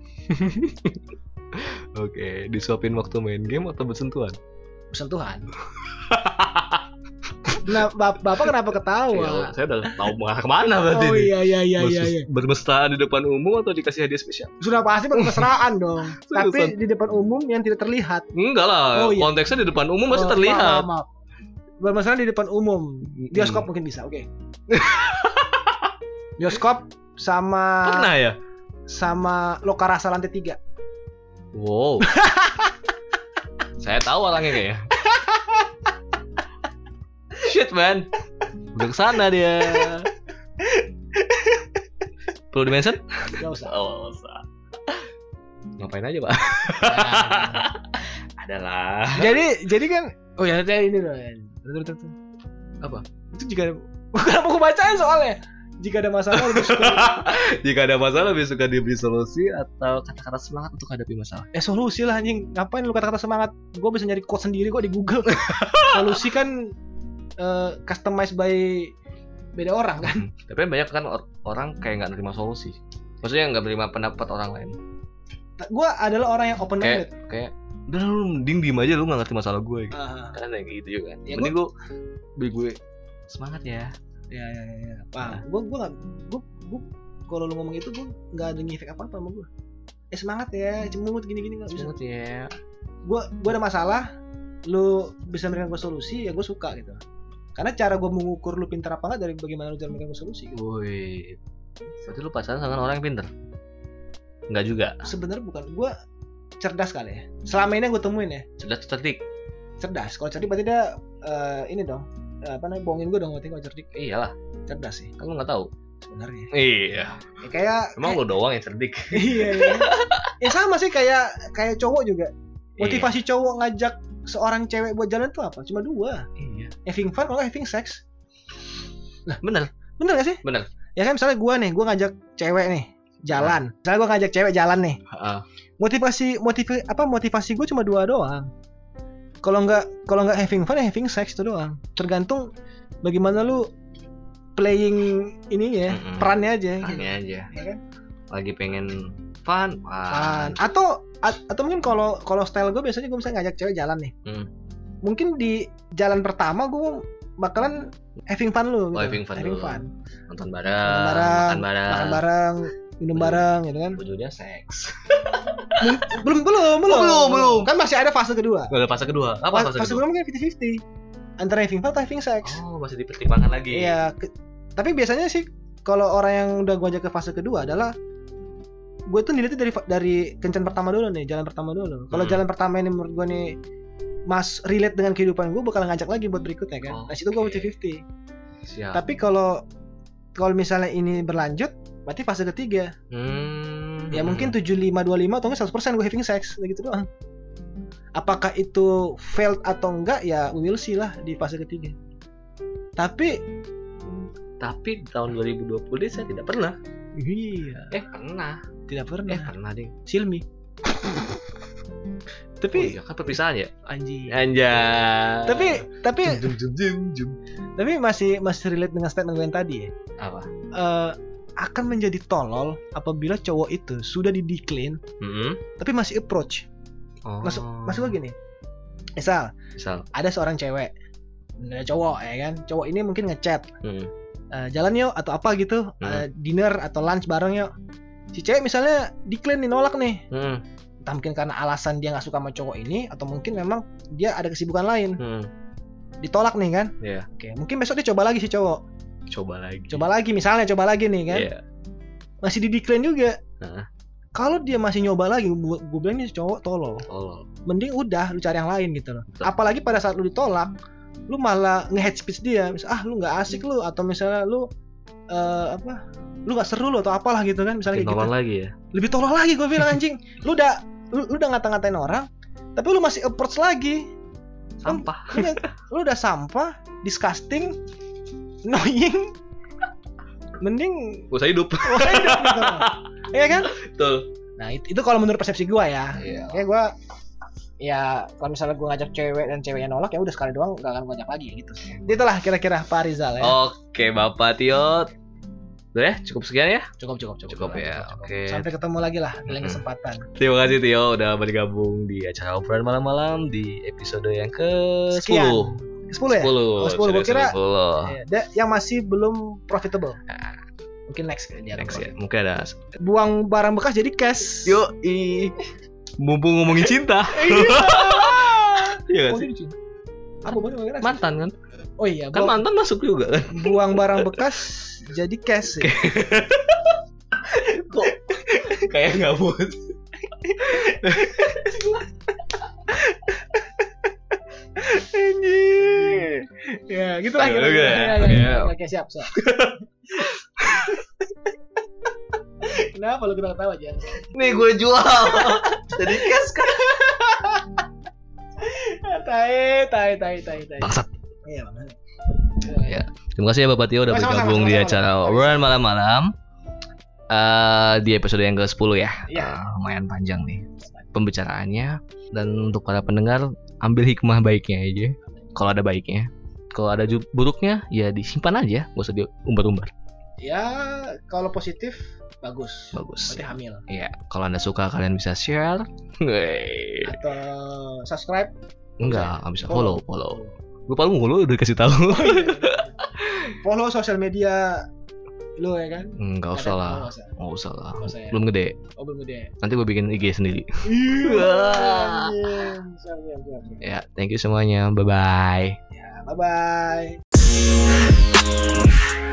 Oke, disuapin waktu main game atau bersentuhan? Bersentuhan. Nah, Bapak kenapa ketawa? Ya, saya udah tahu mau kemana berarti. Iya. Bermesraan di depan umum atau dikasih hadiah spesial? Sudah pasti bermesraan dong. Tapi di depan umum yang tidak terlihat. Enggak lah, konteksnya di depan umum masih terlihat. Maaf. Bermesraan di depan umum. Bioskop mungkin bisa, oke. Bioskop sama pernah ya? Sama Lokarasa lantai 3. Wow. Saya tahu orangnya kayaknya. Shit man. Udah kesana dia. Perlu di-mention? Gak usah. Oh, usah. Ngapain aja Pak? Adalah. Jadi kan ini loh. Apa? Itu jika bukan aku bacain soalnya. Jika ada masalah lebih suka diberi solusi atau kata-kata semangat untuk hadapi masalah. Solusi lah anjing. Ngapain lu kata-kata semangat? Gue bisa nyari quote sendiri kok di Google. Solusi kan customized by beda orang kan. Tapi banyak kan orang kayak nggak nerima solusi. Maksudnya nggak menerima pendapat orang lain. Gue adalah orang yang open minded. Kayak udah lu mending diem aja, lu nggak ngerti masalah gue. Gitu. Kan kayak gitu juga kan. Ya, mending gue semangat ya. Ya. Pak, gue kalau lu ngomong itu gue nggak ada ngefek apa-apa sama gue. Semangat ya, cemut gini nggak bisa. Cemut ya. Gue ada masalah, lu bisa memberikan gue solusi, ya gue suka gitu. Karena cara gue mengukur lu pintar apa nggak dari bagaimana lu cara memberikan gue solusi. Gitu. Woi, berarti lu pacaran sama orang yang pintar? Nggak juga. Sebenarnya bukan, gue cerdas kali ya. Selama ini yang gue temuin ya. Cerdas. Kalau cerdik berarti dia ini dong. Bohongin gue dong, berarti kalau cerdik. Iyalah, cerdas sih. Kan lu nggak tahu sebenarnya. Iya. Ya, kayak emang lo doang yang cerdik. Iya. Ya sama sih kayak cowok juga. Motivasi cowok ngajak seorang cewek buat jalan tuh apa? Cuma 2. Iya. Having fun kalau having sex. Nah, bener gak sih? Bener. Ya kan misalnya gue ngajak cewek nih jalan. Misalnya gue ngajak cewek jalan nih. Motivasi gue cuma 2 doang. Kalau nggak having fun ya having sex itu doang. Tergantung bagaimana lu playing ini ya, perannya aja. Perannya gitu. aja. Ya kan? Lagi pengen fun. Atau mungkin kalau style gue biasanya gue misalnya ngajak cewek jalan nih. Mungkin di jalan pertama gue bakalan having fun lu gitu. Having fun. Nonton bareng, makan bareng, minum bareng gitu kan. Ujungnya seks. belum. Kan masih ada fase kedua. Ada fase kedua. Apa fase kedua? Mungkin 50-50. Antara having fun atau having sex. Oh, masih dipertimbangkan lagi. Iya, tapi biasanya sih kalau orang yang udah gue ajak ke fase kedua adalah gue tuh nilainya dari kencan pertama dulu nih, jalan pertama dulu. Kalau jalan pertama ini menurut gue nih relate dengan kehidupan gue, bakal ngajak lagi buat berikutnya kan. Nah situ gue 50-50. Siap. Tapi kalau misalnya ini berlanjut, berarti fase ketiga. Ya mungkin 75-25 atau enggak 100% gue having sex, begitu doang. Apakah itu failed atau enggak ya we will see lah di fase ketiga. Tapi tahun 2020 deh saya tidak pernah. Iya. Pernah. Tidak pernah. Pernah deh. Silmi. Tapi kan perpisahan ya. Anjay. Tapi Tapi masih relate dengan statement gue yang tadi ya. Apa? Akan menjadi tolol apabila cowok itu sudah di-decline, tapi masih approach. Maksud gue gini. Misal ada seorang cewek, ada cowok ya kan. Cowok ini mungkin ngechat. Jalan yuk atau apa gitu, dinner atau lunch bareng yuk. Si cewek misalnya decline nih, nolak nih. Entah mungkin karena alasan dia gak suka sama cowok ini, atau mungkin memang dia ada kesibukan lain. Ditolak nih kan. Oke, mungkin besok dia coba lagi si cowok. Coba lagi nih kan. Masih di decline juga. Kalau dia masih nyoba lagi, gue bilang ini cowok tolol. Mending udah lu cari yang lain gitu loh. Apalagi pada saat lu ditolak, lu malah nge-hate speech dia. Misal lu gak asik lu, atau misalnya lu lu gak seru lu atau apalah gitu kan, misalnya kayak gitu. Lagi ya. Lebih tolol lagi gue bilang anjing. Lu udah ngata-ngatain orang, tapi lu masih approach lagi. Sampah. Lu udah sampah, disgusting, annoying. Mending usah hidup gitu. Iya kan? Betul. Nah, itu kalau menurut persepsi gue ya. Iya. Kayak gue ya kalau misalnya gue ngajak cewek dan ceweknya nolak, ya udah sekali doang gak akan gue ajak lagi gitu. Itulah kira-kira Pak Rizal ya. Oke, Bapak Tio. Udah ya, cukup sekian ya? Cukup ya. Oke. Sampai ketemu lagi lah di lain kesempatan. Terima kasih Tio udah bergabung di acara obrolan malam-malam di episode yang ke-10. 10 ya? 10. Gue kira yang masih belum profitable. Mungkin next ya. Mungkin ada buang barang bekas jadi cash. Yoi. Mumpung ngomongin cinta. Iya kan sih? Apa mantan kan? Oh iya, kan mantan masuk juga kan. Buang barang bekas jadi cash. Kok kayak enggak buat. Anjir. Ya, gitu lah. Oke, siap. Kenapa lu ketawa aja? Nih gue jual. Jadi cash kan. Tai. Bangsat. Iya, banget. Ya. Terima kasih ya Bapak Tio udah bergabung di acara obrolan malam-malam. Di episode yang ke-10 ya. Lumayan panjang nih pembicaraannya. Dan untuk para pendengar, ambil hikmah baiknya aja. Kalau ada baiknya. Kalau ada buruknya, ya disimpan aja. Gak usah diumbar-umbar. Ya, kalau positif bagus. Berarti hamil. Iya, kalau Anda suka kalian bisa share. Atau subscribe. Enggak bisa follow. Gue paling udah dikasih tahu. Follow sosial media lu ya kan? Enggak usah lah. Ya? Belum gede. Belum gede. Nanti gue bikin IG sendiri. Ya, thank you semuanya. Bye bye. Ya, bye bye.